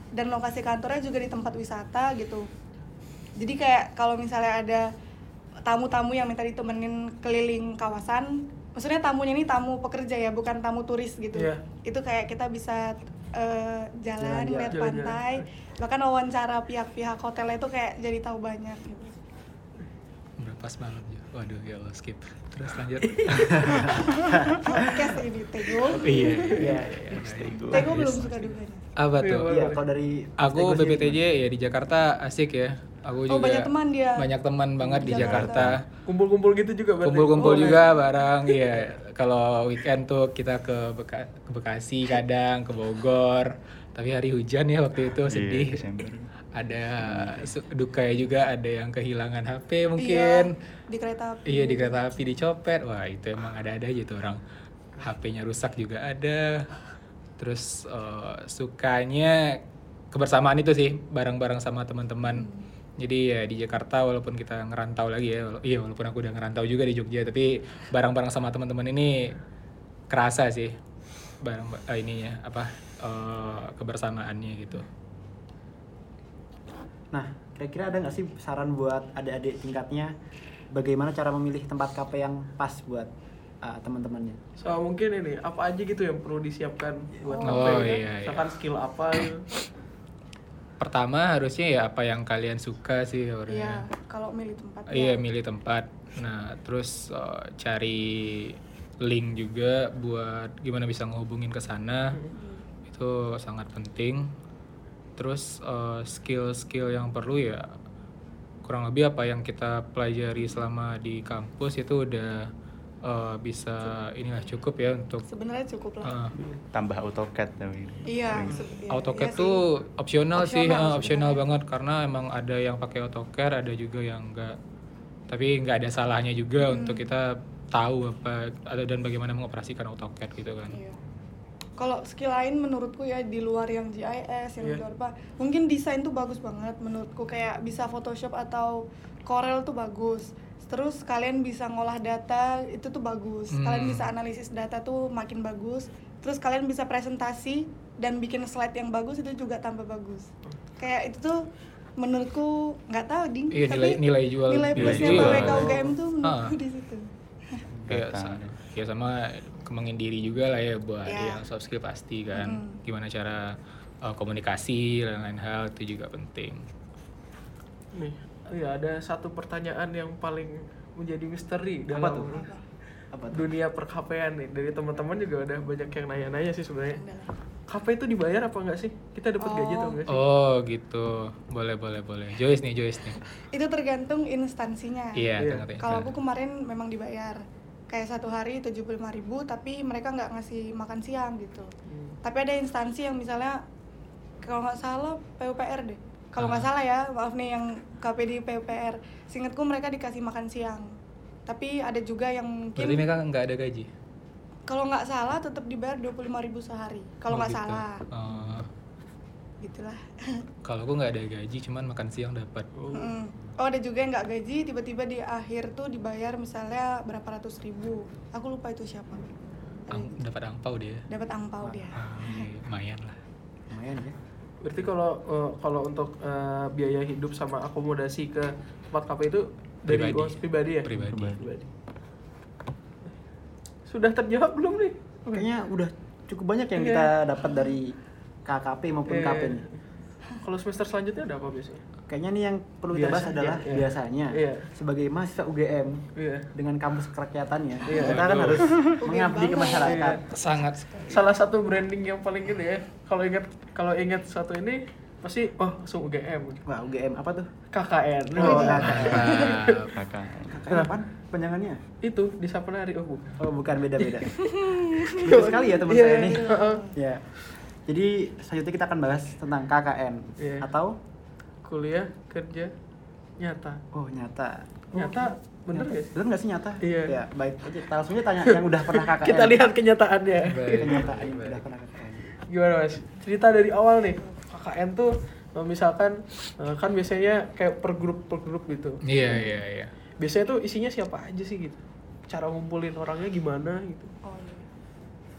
dan lokasi kantornya juga di tempat wisata gitu. Jadi kayak kalau misalnya ada tamu-tamu yang minta ditemenin keliling kawasan, maksudnya tamunya ini tamu pekerja ya, bukan tamu turis gitu. Yeah. Itu kayak kita bisa uh, jalan, Jalan-jalan. lihat pantai, bahkan wawancara pihak-pihak hotelnya itu kayak jadi tahu banyak gitu. Udah pas banget ya. Waduh ya Allah, skip. Terus lanjut. Podcast ini Tego. Iya. Iya. Tego belum suka dukanya. Apa Iya, tuh? boleh. Iya, kalau dari Aku Mas B Teguh P T J sendiri ya di Jakarta asik ya. Aku Oh, juga banyak teman dia. banyak teman banget di Jakarta. Jakarta. Kumpul-kumpul gitu juga berarti. Kumpul-kumpul Oh, juga bareng ya. Kalau weekend tuh kita ke, Beka- ke Bekasi kadang, ke Bogor. Tapi hari hujan ya waktu itu sedih. Iya, Desember. Ada su- dukanya juga, ada yang kehilangan H P mungkin. Iya, di kereta api. Iya, di kereta api dicopet. Wah, itu emang ada-ada aja tuh orang. H P-nya rusak juga ada. Terus eh, sukanya kebersamaan itu sih, bareng-bareng sama teman-teman. Jadi ya di Jakarta walaupun kita ngerantau lagi ya, wala- iya walaupun aku udah ngerantau juga di Jogja, tapi bareng-bareng sama teman-teman ini kerasa sih bareng eh, ininya apa eh, kebersamaannya gitu. Nah, kira-kira ada nggak sih saran buat adik-adik tingkatnya bagaimana cara memilih tempat K P yang pas buat uh, teman-temannya? So mungkin ini apa aja gitu yang perlu disiapkan buat Oh, K P kan? iya, iya. Misalkan skill apa gitu. Pertama harusnya ya apa yang kalian suka sih Iya, sebenarnya. kalau milih tempat. Iya, ya. milih tempat. Nah, terus uh, cari link juga buat gimana bisa ngehubungin ke sana. Itu sangat penting. Terus uh, skill-skill yang perlu ya kurang lebih apa yang kita pelajari selama di kampus itu udah uh, bisa inilah cukup ya untuk Sebenarnya cukup lah. uh, Tambah AutoCAD tapi. Iya, se- iya, AutoCAD iya tuh opsional, sih, Opsional uh, opsional sebenarnya. banget karena emang ada yang pakai AutoCAD, ada juga yang enggak. Tapi nggak ada salahnya juga Hmm. untuk kita tahu apa ada dan bagaimana mengoperasikan AutoCAD gitu kan. Iya. Kalau skill lain menurutku ya di luar yang G I S, yang Iya. di luar apa, mungkin desain tuh bagus banget menurutku, kayak bisa Photoshop atau Corel tuh bagus. Terus kalian bisa ngolah data, itu tuh bagus. Hmm. Kalian bisa analisis data tuh makin bagus. Terus kalian bisa presentasi dan bikin slide yang bagus, itu juga tambah bagus. Kayak itu tuh menurutku nggak tahu ding. Iya, tapi nilai- nilai jual- nilai nilai plusnya jual. P W K U G M tuh menurutku Ah. di situ. Ya, Data. sa- ya sama kembangin diri juga lah ya buat Ya. yang soft skill pasti kan. Mm. Gimana cara uh, komunikasi dan lain hal itu juga penting. Nih, ya ada satu pertanyaan yang paling menjadi misteri Apa dalam tuh? Apa tuh? dunia per K P-an nih. Dari teman-teman juga udah banyak yang nanya-nanya sih sebenarnya. K P itu dibayar apa enggak sih? Kita dapat gaji atau enggak sih? Oh gitu, boleh boleh boleh. Joyce nih, Joyce nih. Itu tergantung instansinya. Iya, Iya. tengah-tengah. Kalau aku kemarin memang dibayar kayak satu hari tujuh puluh lima ribu, tapi mereka nggak ngasih makan siang gitu. Hmm. Tapi ada instansi yang misalnya kalau nggak salah P U P R deh. Kalau nggak Ah. salah ya, maaf nih yang K P di P U P R. Seingatku mereka dikasih makan siang. Tapi ada juga yang mungkin Berarti mereka nggak ada gaji. kalau nggak salah tetap dibayar dua puluh lima ribu sehari. Kalau Oh, nggak gitu. salah, Oh, gitulah. kalau aku nggak ada gaji, cuman makan siang dapat. Mm. Oh, ada juga yang nggak gaji, tiba-tiba di akhir tuh dibayar misalnya berapa ratus ribu. Aku lupa itu siapa. Ang- dapat angpau dia. Dapat angpau dia. Ah, iya, lumayan lah. Lumayan ya. Berarti kalau eh, kalau untuk eh, biaya hidup sama akomodasi ke tempat K P itu dari Pribadi. uang pribadi ya? Pribadi. Pribadi. Sudah terjawab belum nih? Kayaknya udah cukup banyak yang Iya. kita dapat dari K K P maupun Eh, K P nih. Kalau semester selanjutnya ada apa biasanya? Kayaknya nih yang perlu kita bahas Biasanya, adalah iya. biasanya Iya. sebagai mahasiswa U G M Iya. dengan kampus kerakyatannya, Iya. kita kan Aduh. harus mengabdi ke banget. masyarakat. Sangat. Salah satu branding yang paling gede ya. Kalau ingat kalau ingat satu ini pasti oh langsung U G M. Wah, U G M apa tuh? K K N. Oh, Oh, K K N. Mantap. Kakak. K K N apaan panjangannya? itu di Sapenari oh bukan. Oh, bukan, beda-beda. Lucu sekali ya teman Iya, saya nih. heeh. Ya. Jadi selanjutnya kita akan bahas tentang K K N Iya. atau Kuliah kerja nyata. oh nyata. Nyata bener Nyata. ya? Bener nggak sih nyata? Iya. Ya, baik. Oke, kita langsung aja tanya yang udah pernah K K N. Kita lihat kenyataannya. Baik. Kenyataan yang Baik. udah pernah K K N. Gimana Mas? Cerita dari awal nih. K K N tuh eh, misalkan eh, kan biasanya kayak per grup per grup gitu. Iya iya iya. Biasanya tuh isinya siapa aja sih gitu? Cara ngumpulin orangnya gimana gitu? Oh, iya.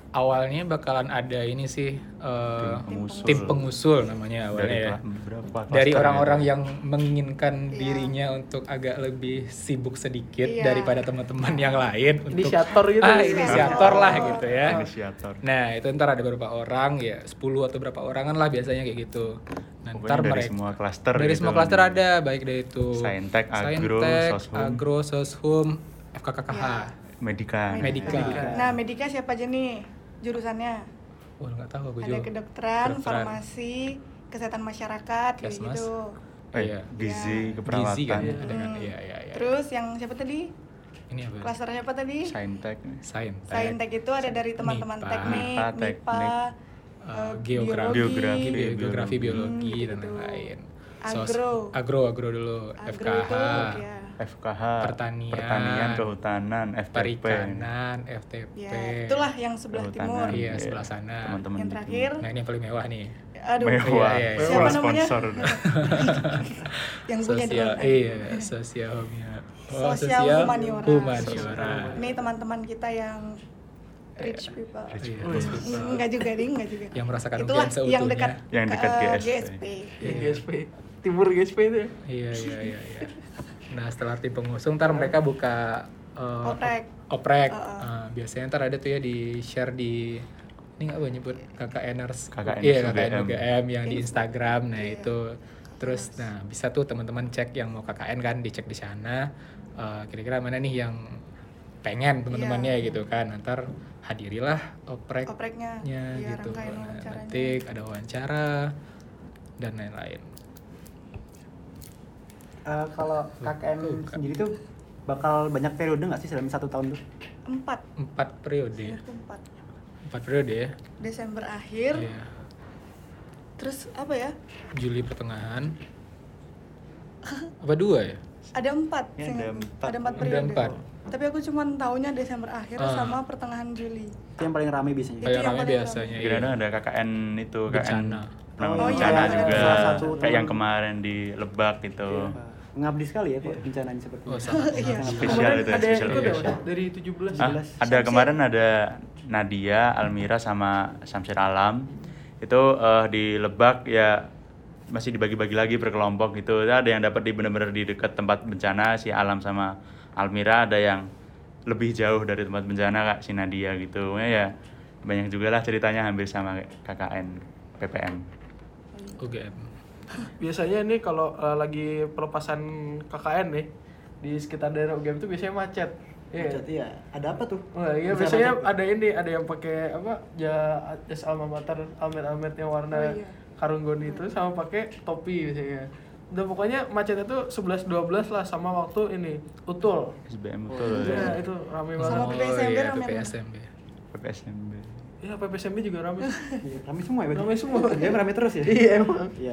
awalnya bakalan ada ini sih uh, Tim pengusul. tim pengusul namanya awalnya Dari ya. kela- berapa Dari cluster orang-orang gitu? yang menginginkan Iya. dirinya untuk agak lebih sibuk sedikit Iya. daripada teman-teman yang lain untuk Inisiator gitu. ah inisiator lah gitu ya. Inisiator. Nah itu ntar ada beberapa orang ya sepuluh atau berapa orangan lah biasanya kayak gitu. Nah, Pokoknya ntar dari mereka semua klaster dari gitu semua kan. klaster ada baik dari itu Saintek, Agro, Saintek, Soshum. Agro, Soshum, F K K K H. Iya. Medika. Medika. Nah, Medika siapa aja nih jurusannya? Wah nggak tahu aku Ada juga. kedokteran, Kedokteran. farmasi, kesehatan masyarakat, kayak Kesmas. gitu. Eh, Iya. gizi, Iya. keperawatan. Gizi kan? Iya. Ada kan? Hmm. Iya iya iya. Terus yang siapa tadi? Ini apa? Klasternya apa tadi? Saintek. Saintek. Saintek itu ada dari teman-teman M I P A, teknik, M I P A, M I P A, teknik, Uh, eh, geografi, Geografi, Bi- geografi, biologi. biologi Hmm, dan gitu. lain-lain. Agro. agro, agro dulu. Agro F K H, itu, ya. F K H, Pertanian. pertanian, kehutanan, F T P. perikanan, F T P. Ya, itulah yang sebelah Kehutanan, timur. Iya, sebelah sana. Teman-teman Yang di terakhir, Nah ini yang paling mewah nih. aduh, Mewah, Iya, iya, iya. Siapa full namanya? sponsor. yang punya Sosial, duluan. iya, sosial humaniora. Oh, Sosial humaniora. humaniora. Ini teman-teman kita yang rich people. Iya, Hmm, rich people. enggak juga ding, enggak juga. Yang merasakan Itulah ujian yang seutuhnya. dekat Yang dekat ke, G eh, S P. G S P. Iya, G S P. Timur G S P itu ya. Iya, iya, iya, iya. Nah, setelah tim pengusung ntar mereka buka uh, Oprek. Oprek. Uh-uh. Uh, biasanya ntar ada tuh ya di share di ini nggak boleh nyebut K K Ners. K K N Iya, U K K N G M. U G M yang di Instagram. Nah, Iya. itu terus nah bisa tuh teman-teman cek yang mau K K N kan dicek di sana. Uh, kira-kira mana nih yang pengen teman-temannya Iya. gitu kan. Ntar hadirilah oprek Opreknya. nya Iya, gitu. rangkaian Nah, wawancaranya. nanti ada wawancara dan lain-lain. Eh, kalau K K N Bukan. sendiri tuh bakal banyak periode nggak sih dalam satu tahun tuh? Empat. Empat periode. Menurutku empat. Empat periode ya. Desember akhir. Iya. Terus apa ya? Juli pertengahan. Apa dua ya? Ada empat. Ya, seingat- ada empat. Ada empat Ada periode. empat. Tapi aku cuma tahunya Desember akhir Ah. sama pertengahan Juli. Itu yang paling ramai biasanya. Itu Kayak yang ramai paling biasanya. Kira Iya. ada K K N itu, K K N Bencana. penanggulangan Oh, iya, bencana ada juga. salah satu Kayak teman. yang kemarin di Lebak gitu. Eh, Mengabdi sekali ya kok bencananya seperti Oh, ini. sangat. Iya. Spesial Kemarin itu ya, ada spesial itu edition. nggak, Mas? Dari tujuh belas. Ah, ada kemarin ada Nadia, Almira sama Samsir Alam. Itu eh, di Lebak ya masih dibagi-bagi lagi per kelompok gitu. Ada yang dapat di benar-benar di dekat tempat bencana si Alam sama Almira, ada yang lebih jauh dari tempat bencana Kak si Nadia gitu. Ya, ya banyak juga lah ceritanya hampir sama kayak K K N P P M. U G M. Biasanya nih kalau eh, lagi pelepasan K K N nih di sekitar daerah U G M itu biasanya macet. Iya. Macet, iya. Ada apa tuh? Wah, iya Bisa biasanya macet. ada ini, ada yang pakai apa? Ja jas alma mater, almet-almet yang warna Oh, iya. karung goni itu sama pakai topi biasanya. Udah pokoknya macetnya tuh sebelas dua belas lah sama waktu ini utul. S B M Oh, betul. Iya, itu rame Sama banget. Oh P P S M B iya, rame P P S M B. P P S M B. Iya, P P S M B juga rame. Iya, ramai semua ya berarti? Ramai semua. Dia ramai terus ya? Iya, emang. Iya.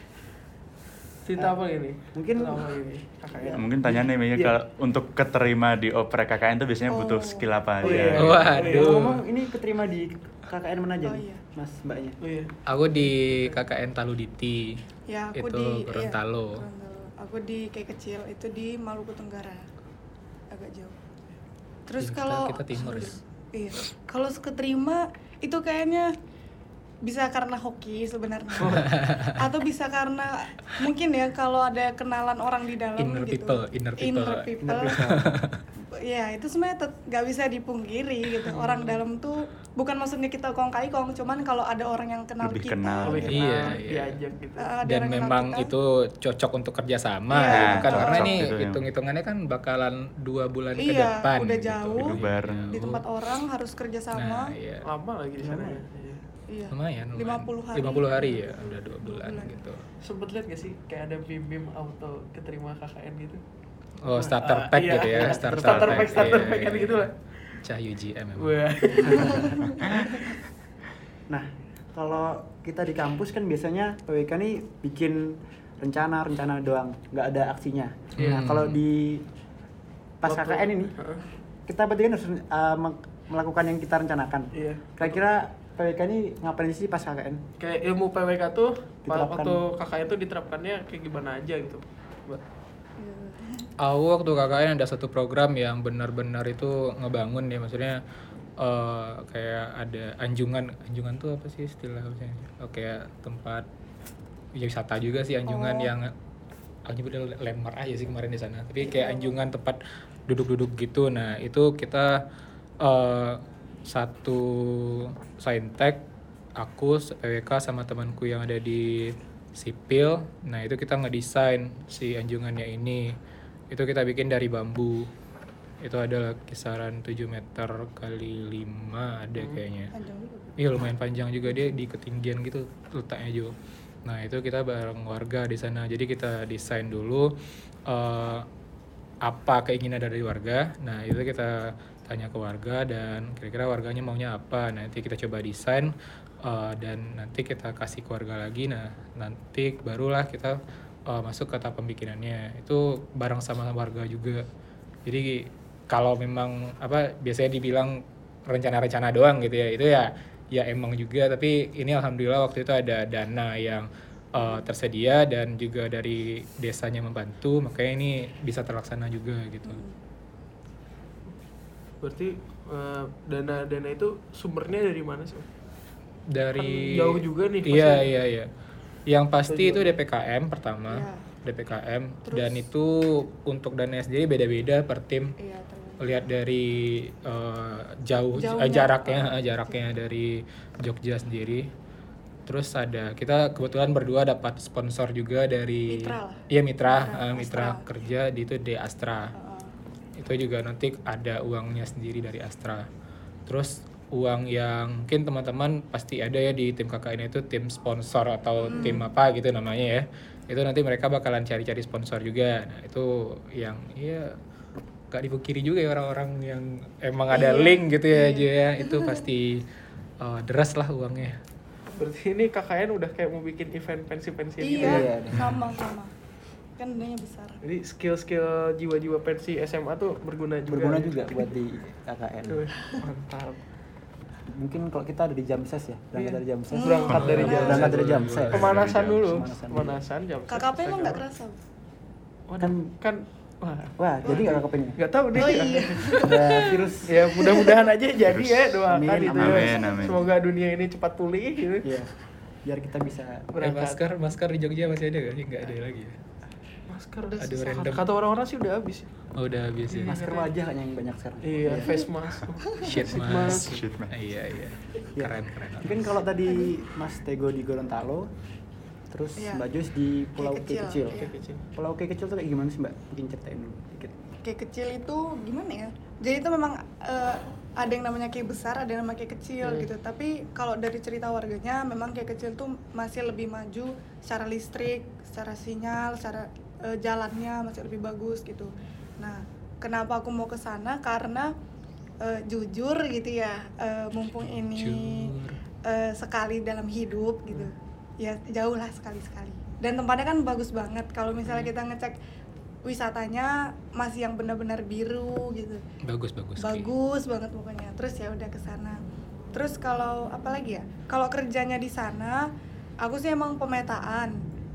Cerita apa ini? Mungkin- Apa ini? K K N. Iya. Mungkin tanya nih Mia, Iya. kalau untuk keterima di oprek K K N itu biasanya butuh Oh. skill apa Oh, aja? iya. Waduh. Ngomong ini keterima di K K N mana aja Oh, nih, iya. Mas Mbaknya? Oh iya. Aku di K K N Taluditi. Ya, aku Itu di Gorontalo. iya, Gorontalo. Aku di kayak kecil itu di Maluku Tenggara. Agak jauh. Terus Iya, kalau kita timur ya. Iya. Kalau keterima itu kayaknya bisa karena hoki sebenarnya. Oh. Atau bisa karena mungkin ya kalau ada kenalan orang di dalam Inner gitu. people, inner people. Inner people. Ya, itu sebenarnya tet- nggak bisa dipungkiri gitu. Orang dalam tuh bukan maksudnya kita kong kali kong, cuman kalau ada orang yang kenal Lebih kita, kenal. Lebih gitu. kenal, Iya, iya. diajak gitu. Uh, ada Dan orang kenal memang kita. itu cocok untuk kerjasama Iya, gitu kan. cocok Karena ini gitu ya. hitung-hitungannya kan bakalan dua bulan ke Iya, depan. udah gitu. jauh. Hidup bareng. Di tempat orang harus kerjasama. Nah, iya. Lama lagi di sana. ya. Iya. Iya. Lumayan, lumayan. lima puluh hari. lima puluh hari ya, udah dua bulan, bulan. gitu. Sempet lihat gak sih kayak ada bim-bim auto keterima K K N gitu? Oh, starter Ah, pack iya. gitu ya, Starter, starter, pack, starter iya, pack iya, kan iya. gitu lah. Cahyu G M memang. Wah. Nah, kalau kita di kampus kan biasanya P W K nih bikin rencana-rencana doang, nggak ada aksinya. Nah, Hmm. kalau di pas K K N ini, Heeh. kita berarti kan harus uh, me- melakukan yang kita rencanakan. Iya. Kira-kira P W K ini ngapain sih pas K K N? Kayak ilmu P W K tuh pa- Diterapkan. waktu K K N tuh diterapkannya kayak gimana aja gitu. Mbak. Aku waktu K K N ada satu program yang benar-benar itu ngebangun ya, maksudnya uh, kayak ada anjungan anjungan tuh apa sih istilahnya? Oh, kayak tempat wisata juga sih anjungan Oh. yang aku nyebutnya landmark aja sih kemarin di sana. Tapi kayak anjungan tempat duduk-duduk gitu. Nah itu kita uh, satu saintek, aku P W K sama temanku yang ada di sipil. Nah itu kita ngedesain si anjungannya ini. Itu kita bikin dari bambu. Itu ada kisaran tujuh meter kali lima ada kayaknya. Panjang juga. Iya lumayan panjang juga, dia di ketinggian gitu letaknya Jo. Nah itu kita bareng warga di sana. Jadi kita desain dulu uh, apa keinginan dari warga. Nah itu kita tanya ke warga dan kira-kira warganya maunya apa. Nah, nanti kita coba desain uh, dan nanti kita kasih ke warga lagi. Nah nanti barulah kita uh, masuk ke tahap pembikinannya. Itu bareng sama warga juga. Jadi kalau memang apa biasanya dibilang rencana-rencana doang gitu ya, itu ya ya emang juga, tapi ini alhamdulillah waktu itu ada dana yang uh, tersedia dan juga dari desanya membantu, makanya ini bisa terlaksana juga gitu. Berarti uh, dana-dana itu sumbernya dari mana sih? Dari Kan jauh juga nih Iya pasti. iya iya. Yang pasti Jauh. itu D P K M pertama, Iya. D P K M Terus? dan itu untuk dana sendiri beda-beda per tim. Iya, ternyata. Lihat dari uh, jauh Jauhnya. eh, jaraknya eh, jaraknya dari Jogja sendiri. Terus ada kita kebetulan berdua dapat sponsor juga dari Mitra lah. iya mitra Mitra, eh, mitra Astra. kerja di itu di Astra. Heeh. Itu juga nanti ada uangnya sendiri dari Astra. Terus uang yang mungkin teman-teman pasti ada ya di tim K K N itu tim sponsor atau Hmm. tim apa gitu namanya ya. Itu nanti mereka bakalan cari-cari sponsor juga. Nah, itu yang ya gak dipungkiri juga ya orang-orang yang emang ada Iya. link gitu ya Iya. aja ya. Itu pasti uh, deras lah uangnya. Berarti ini K K N udah kayak mau bikin event pensi-pensi gitu Iya, ya. Iya. sama sama. Kan dananya besar. Jadi skill-skill jiwa-jiwa pensi S M A tuh berguna juga. Berguna ya. juga buat di K K N. Aduh, mantap. Mungkin kalau kita ada di Jamses ya, berangkat Iya. dari Jamses. Berangkat dari Jamses. Berangkat dari Jamses. Pemanasan dulu, Pemanasan dulu. pemanasan jam. K K P emang nggak kerasa? Waduh, kan kan wah, Wah, jadi nggak K K P-nya? nggak tahu deh. Oh iya. Ada virus. Ya mudah-mudahan aja jadi ya, doakan Amin, itu ya. amin, amin. Semoga dunia ini cepat pulih gitu. Iya. Biar kita bisa Eh, Berangkat. masker masker di Jogja masih ada gak sih? Nggak ada lagi ya? Masker Ada susah. random. Kata orang-orang sih udah habis. Oh udah habis ya? masker wajah kayaknya yang banyak sekarang. Iya, face mask. Shit Face mas. Shit, Mas. Iya iya. Iya. Keren keren. Mungkin kalau tadi Mas Tego di Gorontalo, terus Iya. Mbak Joyce di Pulau K Kecil, Kecil. iya. Oke, kecil. Pulau K Kecil tuh kayak gimana sih Mbak? Mungkin ceritain dulu dikit. Kayak kecil itu gimana ya? Jadi itu memang eh, ada yang namanya kayak besar, ada yang namanya kayak kecil Hmm. gitu. Tapi kalau dari cerita warganya, memang kayak kecil tuh masih lebih maju secara listrik, secara sinyal, secara eh, jalannya masih lebih bagus gitu. Nah, kenapa aku mau ke sana? Karena eh, jujur gitu ya, eh, mumpung ini Jujur. eh, sekali dalam hidup gitu, ya jauh lah sekali-sekali. Dan tempatnya kan bagus banget. Kalau misalnya kita ngecek wisatanya masih yang benar-benar biru gitu, Bagus bagus. Ki. bagus banget pokoknya. Terus ya udah ke sana. Terus kalau apa lagi ya? Kalau kerjanya di sana, aku sih emang pemetaan.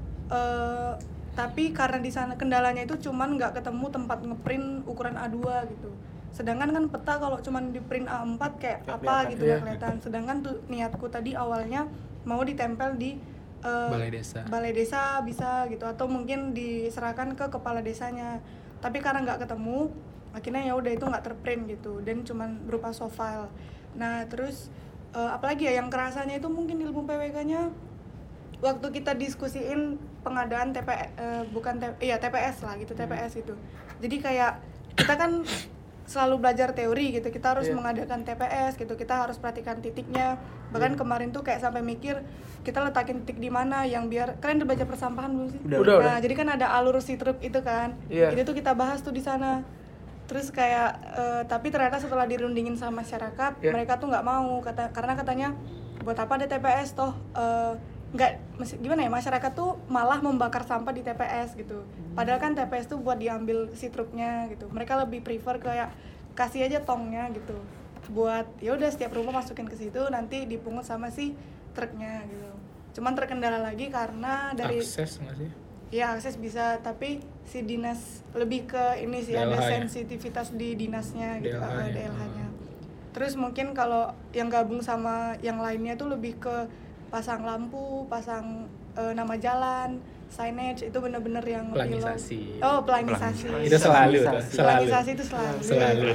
Eh, tapi karena di sana kendalanya itu cuman nggak ketemu tempat ngeprint ukuran A dua gitu. Sedangkan kan peta kalau cuman di print A empat kayak Nggak apa kelihatan, gitu iya. nggak kelihatan. Sedangkan tuh niatku tadi awalnya mau ditempel di eh, Balai desa. balai desa bisa gitu, atau mungkin diserahkan ke kepala desanya. Tapi karena nggak ketemu, akhirnya ya udah itu nggak terprint gitu dan cuman berupa soft file. Nah terus eh, apalagi ya yang kerasanya itu mungkin ilmu P W K-nya waktu kita diskusiin pengadaan T P eh, bukan T, iya T P S lah gitu, T P S itu. Jadi kayak kita kan selalu belajar teori gitu, kita harus Iya. mengadakan T P S gitu, kita harus perhatikan titiknya. Bahkan kemarin tuh kayak sampai mikir kita letakin titik di mana yang biar kalian udah baca persampahan belum sih? Udah, udah, Nah, udah. jadi kan ada alur sitruk itu kan. Iya. Itu tuh kita bahas tuh di sana. Terus kayak eh, tapi ternyata setelah dirundingin sama masyarakat, Iya. mereka tuh nggak mau kata karena katanya buat apa ada T P S toh eh, nggak mesti- gimana ya, masyarakat tuh malah membakar sampah di T P S gitu. Padahal kan T P S tuh buat diambil sitruknya gitu. Mereka lebih prefer kayak kasih aja tongnya gitu. Buat ya udah setiap rumah masukin ke situ, nanti dipungut sama si truknya gitu. Cuman terkendala lagi karena dari Akses nggak sih? ya akses bisa, tapi si dinas lebih ke ini sih, ada D L H ya? sensitivitas di dinasnya gitu, D L H-nya. D L H-nya. Terus mungkin kalau yang gabung sama yang lainnya tuh lebih ke pasang lampu, pasang uh, nama jalan, signage, itu bener-bener yang pelangisasi. Oh, pelangisasi. Itu selalu tuh, selalu. Pelangisasi itu selalu. Selalu.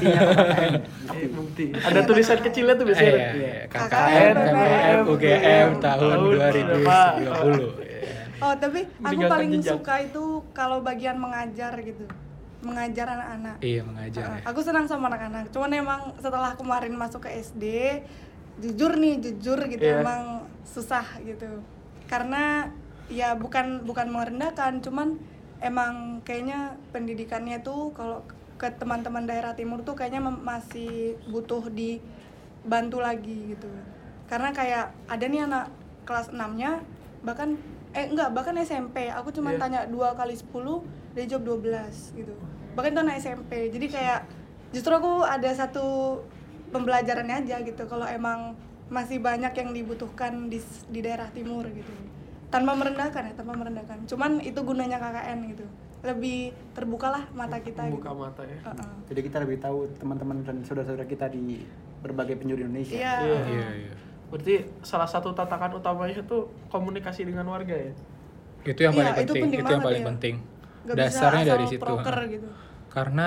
Eh, bukti. Ada tulisan kecilnya tuh biasanya. Iya, iya. K K N, P P M, U G M tahun dua ribu dua puluh. Oh, tapi aku Meninggalkan paling jejak. suka itu kalau bagian mengajar gitu. Mengajar anak-anak. Iya, mengajar. Uh, Ya. aku senang sama anak-anak. Cuman emang setelah kemarin masuk ke S D, jujur nih, jujur gitu Yeah. emang susah gitu. Karena ya bukan bukan merendahkan, cuman emang kayaknya pendidikannya tuh kalau ke teman-teman daerah timur tuh kayaknya mem- masih butuh dibantu lagi gitu. Karena kayak ada nih anak kelas enam-nya bahkan eh enggak bahkan S M P, aku cuma Yeah. tanya dua kali sepuluh dia jawab dua belas gitu. Bahkan itu anak S M P. Jadi kayak justru aku ada satu pembelajarannya aja gitu kalau emang masih banyak yang dibutuhkan di di daerah timur gitu. Tanpa merendahkan ya, tanpa merendahkan. Cuman itu gunanya K K N gitu. Lebih terbukalah mata kita Membuka gitu. mata ya. Uh-uh. Jadi kita lebih tahu teman-teman dan saudara-saudara kita di berbagai penjuru Indonesia. Iya. Iya. Iya, iya. Berarti salah satu tantangan utamanya itu komunikasi dengan warga ya. Itu yang paling Iya, itu penting, penting itu yang banget paling ya. penting. Gak Dasarnya bisa dari asal situ. proker ha. gitu. Karena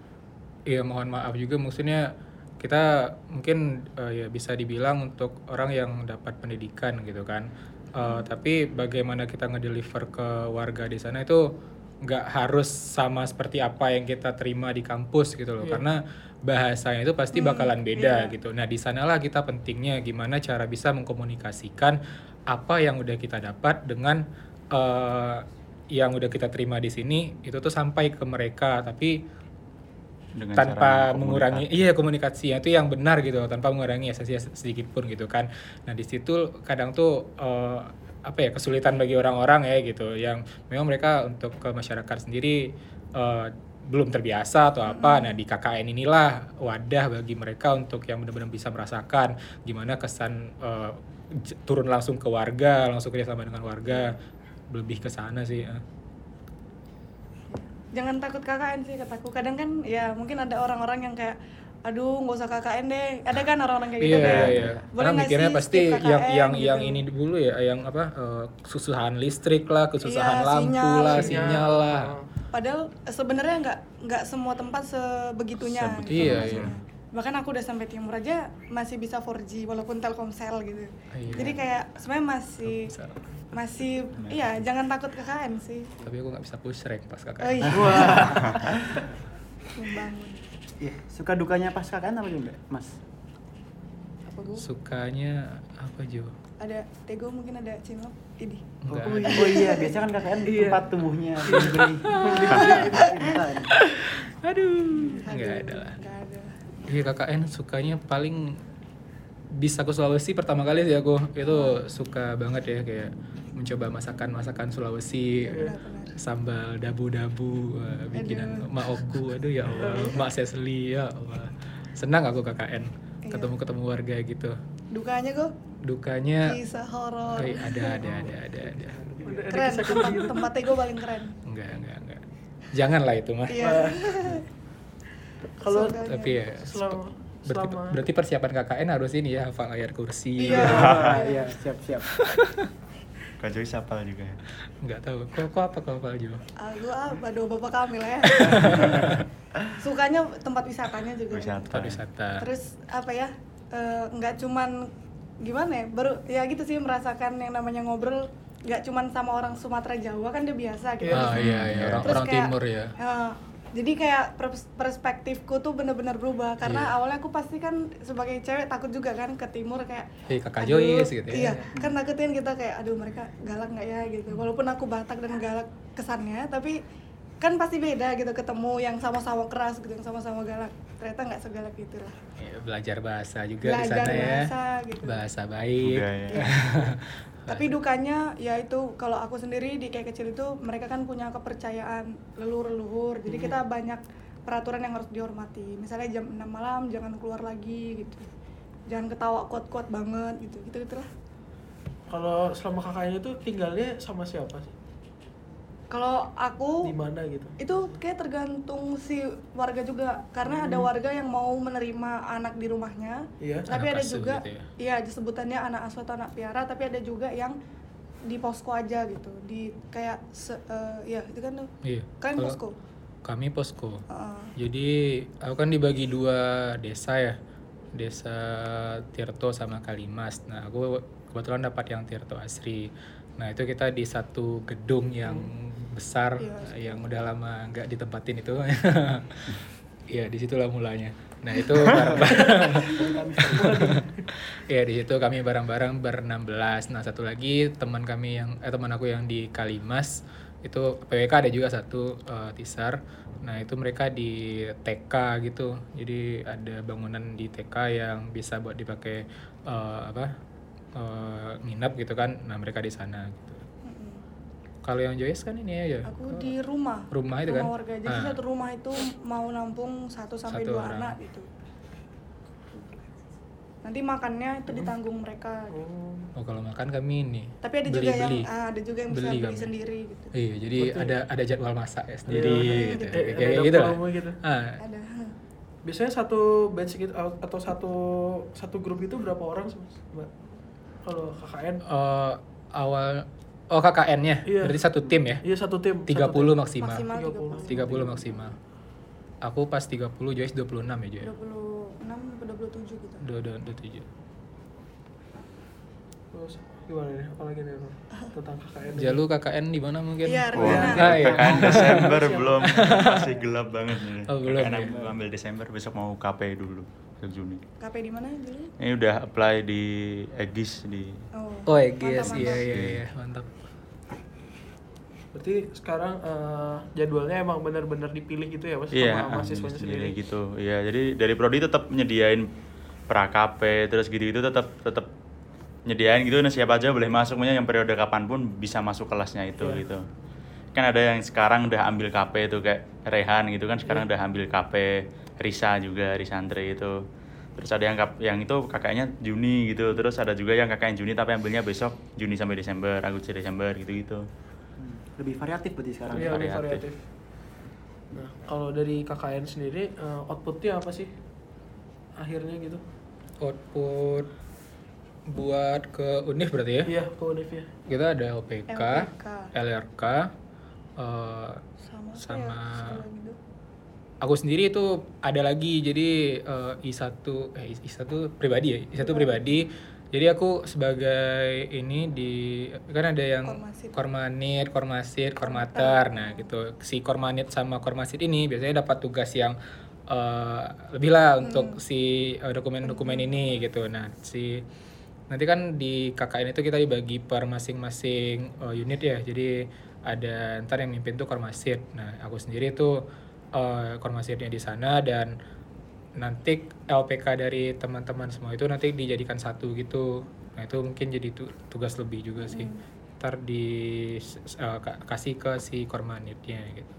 ya mohon maaf juga maksudnya kita mungkin uh, ya bisa dibilang untuk orang yang dapat pendidikan gitu kan. Uh, tapi bagaimana kita ngedeliver ke warga di sana itu nggak harus sama seperti apa yang kita terima di kampus gitu loh. Iya. Karena bahasanya itu pasti Hmm, bakalan beda iya. gitu. Nah, di sanalah kita pentingnya gimana cara bisa mengkomunikasikan apa yang udah kita dapat dengan uh, yang udah kita terima di sini itu tuh sampai ke mereka, tapi Dengan tanpa cara mengurangi komunikasi. iya komunikasinya itu yang benar gitu, tanpa mengurangi esensi sedikit pun gitu kan. Nah di situ kadang tuh eh, apa ya kesulitan bagi orang-orang ya gitu, yang memang mereka untuk ke masyarakat sendiri eh, belum terbiasa atau apa. Nah di K K N inilah wadah bagi mereka untuk yang benar-benar bisa merasakan gimana kesan eh, j- turun langsung ke warga, langsung kerjasama dengan warga, lebih ke sana sih. eh. Jangan takut K K N sih kataku. Kadang kan ya mungkin ada orang-orang yang kayak aduh nggak usah K K N deh. Ada kan orang-orang kayak gitu Iya, kan. iya, iya. Boleh Karena nggak mikirnya sih pasti skip K K N yang yang gitu. yang ini dulu ya, yang apa eh, kesusahan listrik lah, kesusahan Iya, lampu sinyal. lah, Sinyal. sinyal lah. Padahal eh, sebenarnya nggak nggak semua tempat sebegitunya. Sebetul. Iya, informasinya. iya. Bahkan aku udah sampai timur aja masih bisa four G walaupun Telkomsel gitu. Iya. Jadi kayak sebenarnya masih Telkomsel. masih iya jangan takut K K N sih. Tapi aku nggak bisa push rank pas K K N. Oh iya. Wah. Membangun. Iya, suka dukanya pas K K N apa juga, Mas? Apa gue? Sukanya apa Jo? Ada Tego mungkin ada Cinlok. Ini. Enggak. Oh, oh iya, biasanya kan K K N Iya. tempat tumbuhnya diberi. Aduh, nggak ada lah. Nggak ada. Iya K K N sukanya paling bisa ke Sulawesi pertama kali sih aku. Itu suka banget ya kayak mencoba masakan-masakan Sulawesi. Benar-benar. Sambal dabu-dabu uh, bikinan Aduh. Mak Oku, aduh ya Allah, Mak Sesli ya Allah. Senang aku K K N, Iya. ketemu-ketemu warga gitu. Dukanya gue Dukanya kisah horor. eh, ada ada ada ada ada. Ada- ada Keren, kisah tempat, gitu. tempat Tego paling keren. Enggak enggak enggak. Janganlah itu mah. Iya. Kalau Surganya. Tapi ya selama berarti, selama berarti persiapan K K N harus ini ya, hafal layar kursi. Iya. Iya, siap-siap. Kak Joy sapal juga ya. Enggak tahu. Kok kok apa kau hafal Jo? Aku apa do Bapak Kamil ya. Sukanya tempat wisatanya juga. Wisata. Tempat wisata. Terus apa ya? eh, nggak cuman gimana ya? Baru ya gitu sih merasakan yang namanya ngobrol nggak cuman sama orang Sumatera Jawa kan dia biasa gitu. Ah iya iya, orang Terus orang kayak, timur ya. eh, jadi kayak pers- perspektifku tuh bener-bener berubah karena Iya. awalnya aku pasti kan sebagai cewek takut juga kan ke timur kayak Hei Kakak aduh, Joyce gitu ya. iya kan takutin kita kayak aduh mereka galak nggak ya gitu walaupun aku Batak dan galak kesannya tapi kan pasti beda gitu ketemu yang sama-sama keras gitu yang sama-sama galak ternyata nggak segalak gitu lah Ya, belajar bahasa juga di belajar sana ya. bahasa gitu Bahasa baik. Budaya. Iya. Tapi dukanya ya itu kalau aku sendiri di kayak kecil itu mereka kan punya kepercayaan leluhur-leluhur. Jadi kita banyak peraturan yang harus dihormati. Misalnya jam enam malam jangan keluar lagi gitu. Jangan ketawa kuat-kuat banget gitu. Gitu-gitulah. kalau selama kakaknya itu tinggalnya sama siapa sih? Kalau aku di mana gitu? itu kayak tergantung si warga juga, karena hmm. ada warga yang mau menerima anak di rumahnya, iya. tapi Anak ada asuh juga, gitu ya? iya sebutannya anak asuh atau anak piara, tapi ada juga yang di posko aja gitu, di kayak se, uh, ya itu kan tuh, Iya. kan Kalau posko. Kami posko. Uh, Jadi aku kan dibagi dua desa ya, desa Tirto sama Kalimas. Nah aku kebetulan dapat yang Tirto Asri. Nah itu kita di satu gedung yang hmm. besar, iya, yang udah lama nggak ditempatin itu. Ya disitulah mulanya. Nah itu bareng-bareng. Ya di situ kami bareng-bareng berenam belas. Nah satu lagi teman kami yang eh teman aku yang di Kalimas itu P W K ada juga satu uh, Tisar. Nah itu mereka di T K gitu. Jadi ada bangunan di T K yang bisa buat dipakai uh, apa uh, nginap gitu kan. Nah mereka di sana gitu. Kalau yang Joyce kan ini aja. Aku di rumah. Rumah itu rumah kan. Warga. Jadi Ah. satu rumah itu mau nampung satu sampai Satu dua orang. anak gitu. Nanti makannya itu ditanggung mereka. Oh kalau makan kami ini. Tapi ada beli, juga yang beli. ah, ada juga yang bisa Beli beli, kami. sendiri gitu. Iya, jadi Betul. ada ada jadwal masak ya sendiri Iya, gitu. eh, Kayak ada kayak gitu lah. promo gitu. Ah, Ada. Biasanya satu batch gitu atau satu satu grup itu berapa orang sih, Mbak? Kalau K K N? eh, awal oh K K N-nya. Iya. Berarti satu tim ya? Iya satu tim. tiga satu puluh tim. maksimal. Maksimal tiga tiga puluh. puluh. tiga puluh maksimal. Aku pas tiga puluh, Joyce dua puluh enam ya, Joy. dua puluh enam sampai dua puluh tujuh gitu. dua puluh tujuh. Terus gimana nih? Apalagi nih Nur? Tentang K K N? Jalu K K N di mana mungkin? Iya, Wah, Rencana. Ah, iya. P K N Desember belum, masih gelap banget nih. Oh, belum, P K N ya. ambil Desember, besok mau K P dulu, besok Juni. K P di mana dulu? Ini udah apply di Egis di Oh. Oh, I guess. Mantap, Iya, mantap. iya, iya, mantap. Berarti sekarang eh, jadwalnya emang benar-benar dipilih gitu ya Mas? Iya, Sama mahasiswanya sendiri sendiri? gitu. Iya, jadi dari prodi tetap nyediain pra K P terus gitu-gitu tetap tetap nyediain gitu. Nah, siapa aja boleh masuk, punya yang periode kapanpun bisa masuk kelasnya itu Iya. gitu. Kan ada yang sekarang udah ambil K P itu kayak Rehan gitu kan, sekarang Iya. udah ambil K P, Risa juga, Risantri itu. Terus ada yang K- yang itu kakaknya Juni gitu. Terus ada juga yang kakaknya Juni tapi ambilnya besok Juni sampai Desember, Agustus Desember gitu-gitu. Hmm, lebih variatif berarti sekarang. Iya, lebih variatif. variatif. Nah, kalau dari K K N sendiri eh, outputnya apa sih? Akhirnya gitu? Output buat ke U N I F berarti ya? Iya, ke U N I F ya. Kita ada L P K, L P K. L R K, eh, Sama, sama apa ya? Sekali lagi tuh. aku sendiri itu ada lagi. Jadi eh, I satu eh I satu pribadi ya, I satu pribadi. Jadi aku sebagai ini di kan ada yang Kormasit. Kormanit, Kormasit, Kormater. Nah, gitu. Si Kormanit sama Kormasit ini biasanya dapat tugas yang eh, lebih lah untuk si eh, dokumen-dokumen ini gitu. Nah, si nanti kan di K K N itu kita dibagi per masing-masing uh, unit ya. Jadi ada ntar yang mimpin tuh Kormasit. Nah, aku sendiri tuh uh, Kormasitnya di sana, dan nanti L P K dari teman-teman semua itu nanti dijadikan satu gitu. Nah, itu mungkin jadi tu- tugas lebih juga sih. Ntar di uh, ka- kasih ke si Kormanitnya gitu.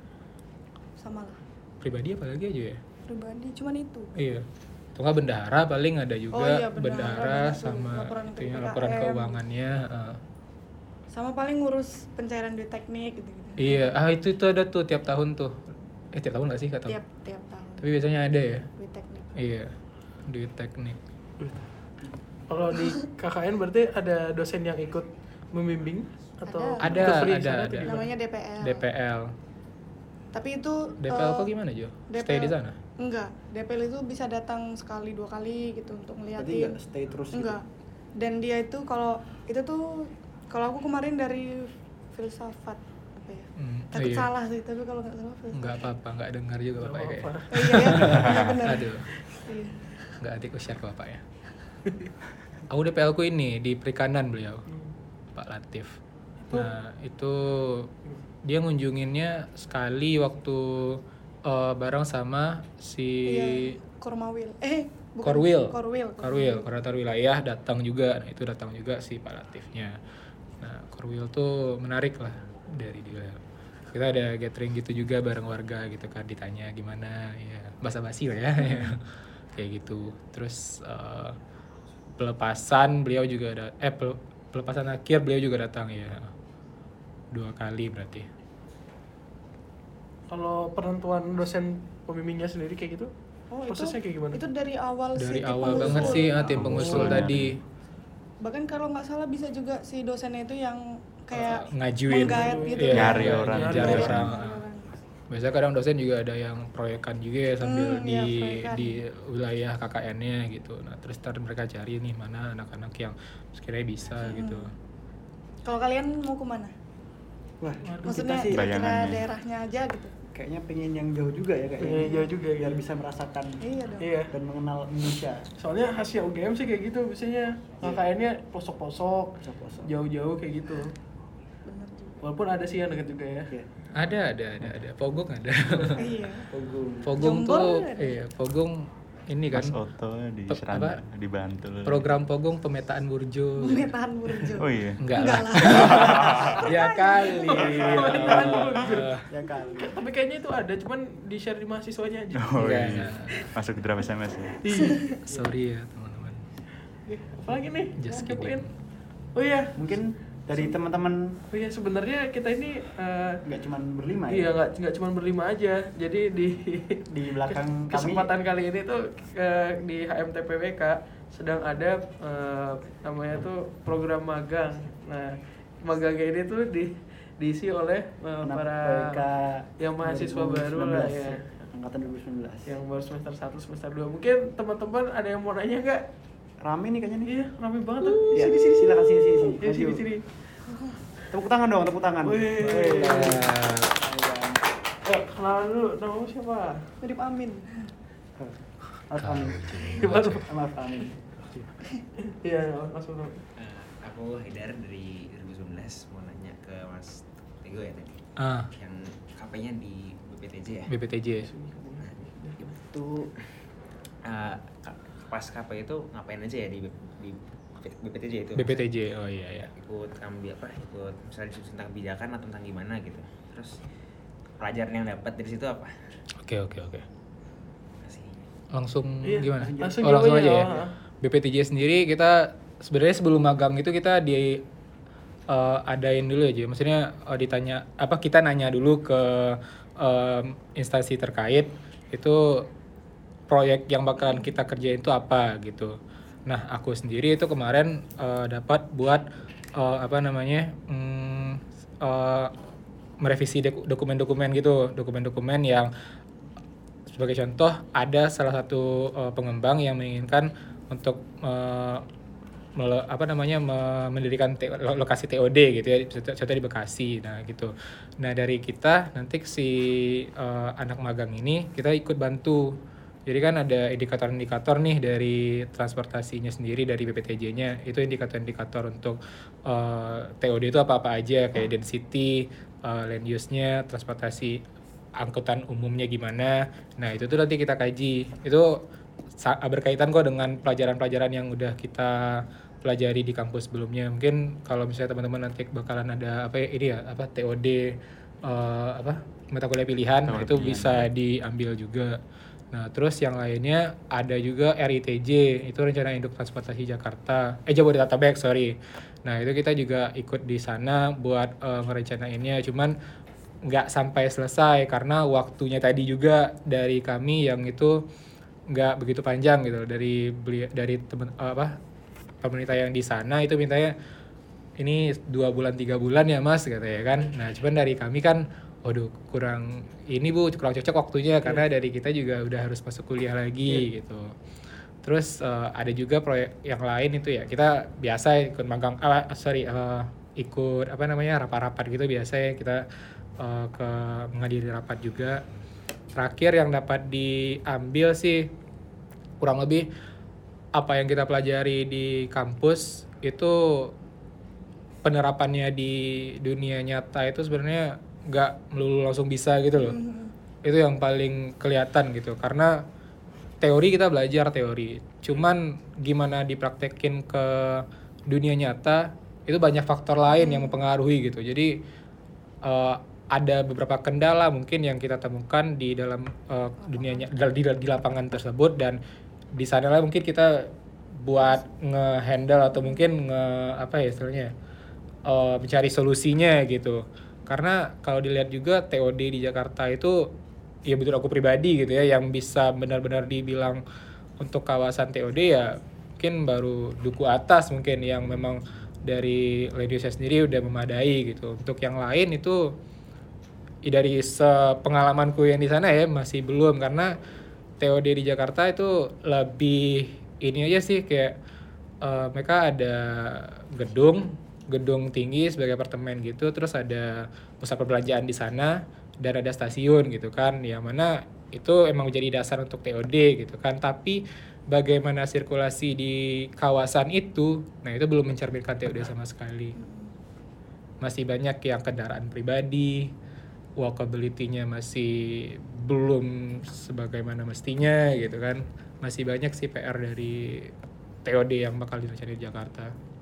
Sama lah. Pribadi apa lagi aja ya? Pribadi cuman itu. Iya. Itu nggak bendahara paling ada juga. Oh iya, bendahara, bendahara banyak tuh, sama laporan itunya, P P K M. laporan keuangannya. uh. Sama paling ngurus pencairan duit teknik gitu-gitu. Iya, ah itu itu ada tuh tiap tahun tuh. Eh tiap tahun nggak sih? Nggak tahu. Tiap tiap tahun. Tapi biasanya ada ya. Duit teknik. Iya, duit teknik. Kalau di K K N berarti ada dosen yang ikut membimbing atau Ada. ikut free di Ada, sana ada. atau gimana? Namanya D P L. D P L. Tapi itu D P L eh, kok gimana Jo? D P L Stay di sana? Enggak, D P L itu bisa datang sekali dua kali gitu untuk Berarti ngeliatin. nggak stay terus gitu? Enggak. Dan dia itu kalau itu tuh kalau aku kemarin dari filsafat apa ya? Hmm, Takut iya. salah sih, tapi kalau nggak salah filsafat. Enggak apa-apa, enggak dengar juga Nggak bapak ya. apa-apa. Oh, iya ya, iya benar. Aduh, Iya. enggak nanti aku share ke bapak ya. Aku D P L ku ini di perikanan beliau, Pak Latif. Nah itu dia ngunjunginnya sekali waktu eh, bareng sama si Iya, Kormawil. Eh, bukan. Korwil. Korwil. Korwil, koordinator wilayah datang juga. Nah, itu datang juga si Pak Latifnya. Nah, Korwil tuh menarik lah dari dia. Kita ada gathering gitu juga bareng warga gitu kan, ditanya gimana ya, basa-basi lah ya. Kayak gitu. Terus eh, pelepasan beliau juga ada eh pel- pelepasan akhir beliau juga datang ya. Dua kali berarti. kalau penentuan dosen pembimbingnya sendiri kayak gitu, Oh, prosesnya itu, kayak gimana? Itu dari awal Dari si tim awal pengusul. banget sih ah, tim pengusul Oh. tadi Bahkan kalau nggak salah bisa juga si dosennya itu yang kayak ngajuin, menggait gitu. iya, Nyari iya, orang. nyari Nyari orang. orang. Biasanya kadang dosen juga ada yang proyekan juga ya sambil Hmm, di iya, proyekan. di wilayah K K N-nya gitu. Nah, terus ntar mereka cari nih mana anak-anak yang sekiranya bisa gitu. Kalau kalian mau kemana? Wah, Maksudnya kita sih kira-kira bayangannya. daerahnya aja gitu. kayaknya pengen yang jauh juga ya kayaknya. Pengen jauh juga, biar iya. bisa merasakan Iya dong. Iya. dan mengenal Indonesia. Soalnya khasnya U G M sih kayak gitu biasanya. K K N-nya posok-posok, Posok-posok. jauh-jauh kayak gitu. Bener juga. Walaupun ada sih yang dekat juga ya. Iya. Ada ada ada ada Pogong ada. Iya. Pogong. Pogong Jombor tuh ada. iya Pogong ini kan Mas Oto di Pe- Seranda, apa? di Bantul. program Pogong pemetaan burjo. Pemetaan burjo. Oh iya. Enggak Enggak lah. lah. Ya kali. Pemetaan burjo. Eh, Ya kali. Tapi kayaknya itu ada, cuman di-share di mahasiswanya aja. Oh Enggak, iya. enggak. Masuk ke drama S M S ya. Sorry ya teman-teman. Eh, Apalagi nih? Just Yang kepoin? kidding. Oh iya, Mungkin dari teman-teman oh iya sebenarnya kita ini eh, nggak cuma berlima iya ya. nggak nggak cuma berlima aja. Jadi di Di belakang kami kesempatan kali ini tuh eh, di H M T P W K sedang ada eh, namanya tuh program magang. Nah, magangnya ini tuh di diisi oleh eh, anak para P W K yang mahasiswa dua ribu baru sembilan lah belas, ya. Angkatan dua ribu sembilan belas. Yang baru semester satu, semester dua. Mungkin teman-teman ada yang mau nanya nggak? Rame nih kayaknya nih. Iya, rame banget tuh. Ya, Sini sini silakan sini sini sini. Ya, sini Maju. sini. Tepuk tangan dong, tepuk tangan. Wih. Wih. Eh, kenalan dulu, namamu siapa? Mirip Amin. Maaf Amin. Gimana? Maaf Amin. Iya, langsung. Eh, aku Haidar dari dua ribu sembilan belas mau nanya ke Mas Tego ya tadi. Ah, Yang K P-nya di B P T J ya. B P T J. Nah, itu eh, ka- pas K P itu ngapain aja ya di B- di B P T J itu? B P T J. Oh iya ya. Ikut ambil apa? Ikut misalnya diskusi tentang kebijakan atau tentang gimana gitu. Terus pelajaran yang dapat dari situ apa? Oke oke oke. Kasih. Langsung Iya, gimana? langsung oh langsung jawabannya, aja ya. oh. B P T J sendiri kita sebenarnya sebelum magang itu kita di eh, adain dulu aja. Maksudnya eh, ditanya apa kita nanya dulu ke em, instansi terkait itu proyek yang bakalan kita kerjain itu apa gitu. Nah aku sendiri itu kemarin eh, dapat buat eh, apa namanya mm, eh, merevisi dek- dokumen-dokumen gitu, dokumen-dokumen yang sebagai contoh ada salah satu uh, pengembang yang menginginkan untuk uh, mele- apa namanya me- mendirikan te- lo- lokasi T O D gitu ya, contoh di Bekasi. Nah gitu. Nah dari kita nanti si uh, anak magang ini kita ikut bantu. Jadi kan ada indikator-indikator nih dari transportasinya sendiri dari B P T J-nya. Itu indikator-indikator untuk uh, T O D itu apa-apa aja kayak density, uh, land use-nya, transportasi angkutan umumnya gimana. Nah, itu tuh nanti kita kaji. Itu sa- berkaitan kok dengan pelajaran-pelajaran yang udah kita pelajari di kampus sebelumnya. Mungkin kalau misalnya teman-teman nanti bakalan ada apa ya, ini ya, apa T O D eh, apa mata kuliah pilihan, nah, itu pilihan. bisa diambil juga. Nah, terus yang lainnya ada juga R I T J, itu Rencana Induk Transportasi Jakarta. Eh, Jabodetabek, sorry. Nah, itu kita juga ikut di sana buat eh, ngerencanainnya. Cuman nggak sampai selesai karena waktunya tadi juga dari kami yang itu nggak begitu panjang gitu dari beli dari temen apa pemerintah yang di sana itu mintanya ini dua bulan tiga bulan ya mas katanya kan. Nah cuman dari kami kan waduh kurang ini bu kurang cocok waktunya karena dari kita juga udah harus masuk kuliah lagi gitu. Terus uh, ada juga proyek yang lain itu ya kita biasa ikut magang ah, sorry uh, ikut apa namanya rapat-rapat gitu biasa ya kita Uh, ke menghadiri rapat juga. Terakhir yang dapat diambil sih kurang lebih apa yang kita pelajari di kampus itu penerapannya di dunia nyata itu sebenarnya nggak melulu langsung bisa gitu loh. Itu yang paling kelihatan gitu karena teori kita belajar teori, cuman gimana dipraktekin ke dunia nyata itu banyak faktor lain yang mempengaruhi gitu. Jadi uh, ada beberapa kendala mungkin yang kita temukan di dalam uh, dunianya di, di lapangan tersebut dan di sana lah mungkin kita buat nge-handle atau mungkin nge apa ya istilahnya uh, mencari solusinya gitu. Karena kalau dilihat juga T O D di Jakarta itu ya betul aku pribadi gitu ya, yang bisa benar-benar dibilang untuk kawasan T O D ya mungkin baru Duku Atas mungkin yang memang dari land use sendiri udah memadai gitu. Untuk yang lain itu ya dari sepengalamanku yang di sana ya masih belum, karena T O D di Jakarta itu lebih ini aja sih kayak uh, mereka ada gedung gedung tinggi sebagai apartemen gitu, terus ada pusat perbelanjaan di sana dan ada stasiun gitu kan, yang mana itu emang menjadi dasar untuk T O D gitu kan. Tapi bagaimana sirkulasi di kawasan itu, nah itu belum mencerminkan T O D sama sekali. Masih banyak yang kendaraan pribadi, walkability-nya masih belum sebagaimana mestinya gitu kan. Masih banyak sih P R dari T O D yang bakal dilakukan di Jakarta.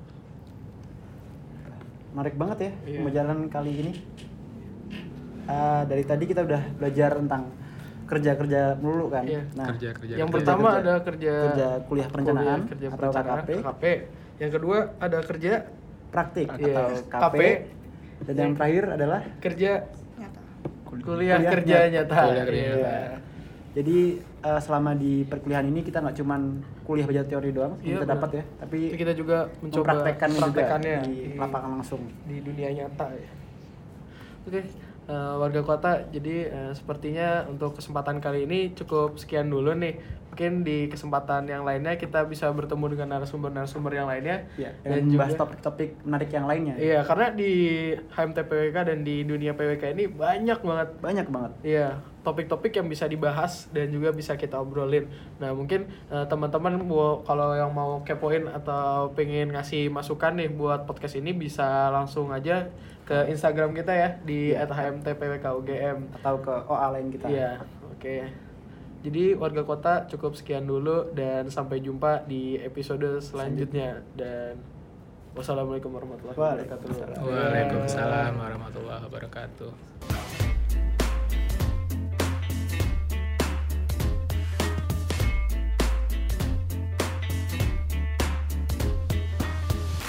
Menarik banget ya Iya. pembelajaran kali ini. Uh, dari tadi kita udah belajar tentang kerja-kerja melulu kan. Iya. Nah, Kerja-kerja. Yang kerja. pertama kerja. ada kerja kerja kuliah perencanaan kuliah, kerja atau perencanaan, K K P. K K P. Yang kedua ada kerja praktik Iya. atau K P. K P. Dan yang terakhir adalah kerja Nyata. kuliah, Kuliah kerja nyata. nyata. Kuliah kerja Iya. nyata. jadi uh, selama di perkuliahan ini kita nggak cuman kuliah belajar teori doang Iya, yang kita benar. dapat ya, tapi Tapi kita juga mencoba mempraktekkan juga mempraktekannya di lapangan langsung. di dunia nyata ya. Oke, eh, warga kota, jadi eh, sepertinya untuk kesempatan kali ini cukup sekian dulu nih. Mungkin di kesempatan yang lainnya kita bisa bertemu dengan narasumber-narasumber yang lainnya. Ya, Dan dan membahas juga- topik-topik menarik yang lainnya. Iya, karena di H M T P W K dan di dunia P W K ini banyak banget. Banyak banget. Iya, topik-topik yang bisa dibahas dan juga bisa kita obrolin. Nah, mungkin eh, teman-teman bu- kalau yang mau kepoin atau pengen ngasih masukan nih buat podcast ini bisa langsung aja ke Instagram kita ya di Iya. et h m t p w k u g m. Atau ke O A lain kita. Iya, oke. Jadi warga kota cukup sekian dulu dan sampai jumpa di episode selanjutnya dan wassalamualaikum warahmatullahi wabarakatuh. Waalaikumsalam. Waalaikumsalam warahmatullahi wabarakatuh.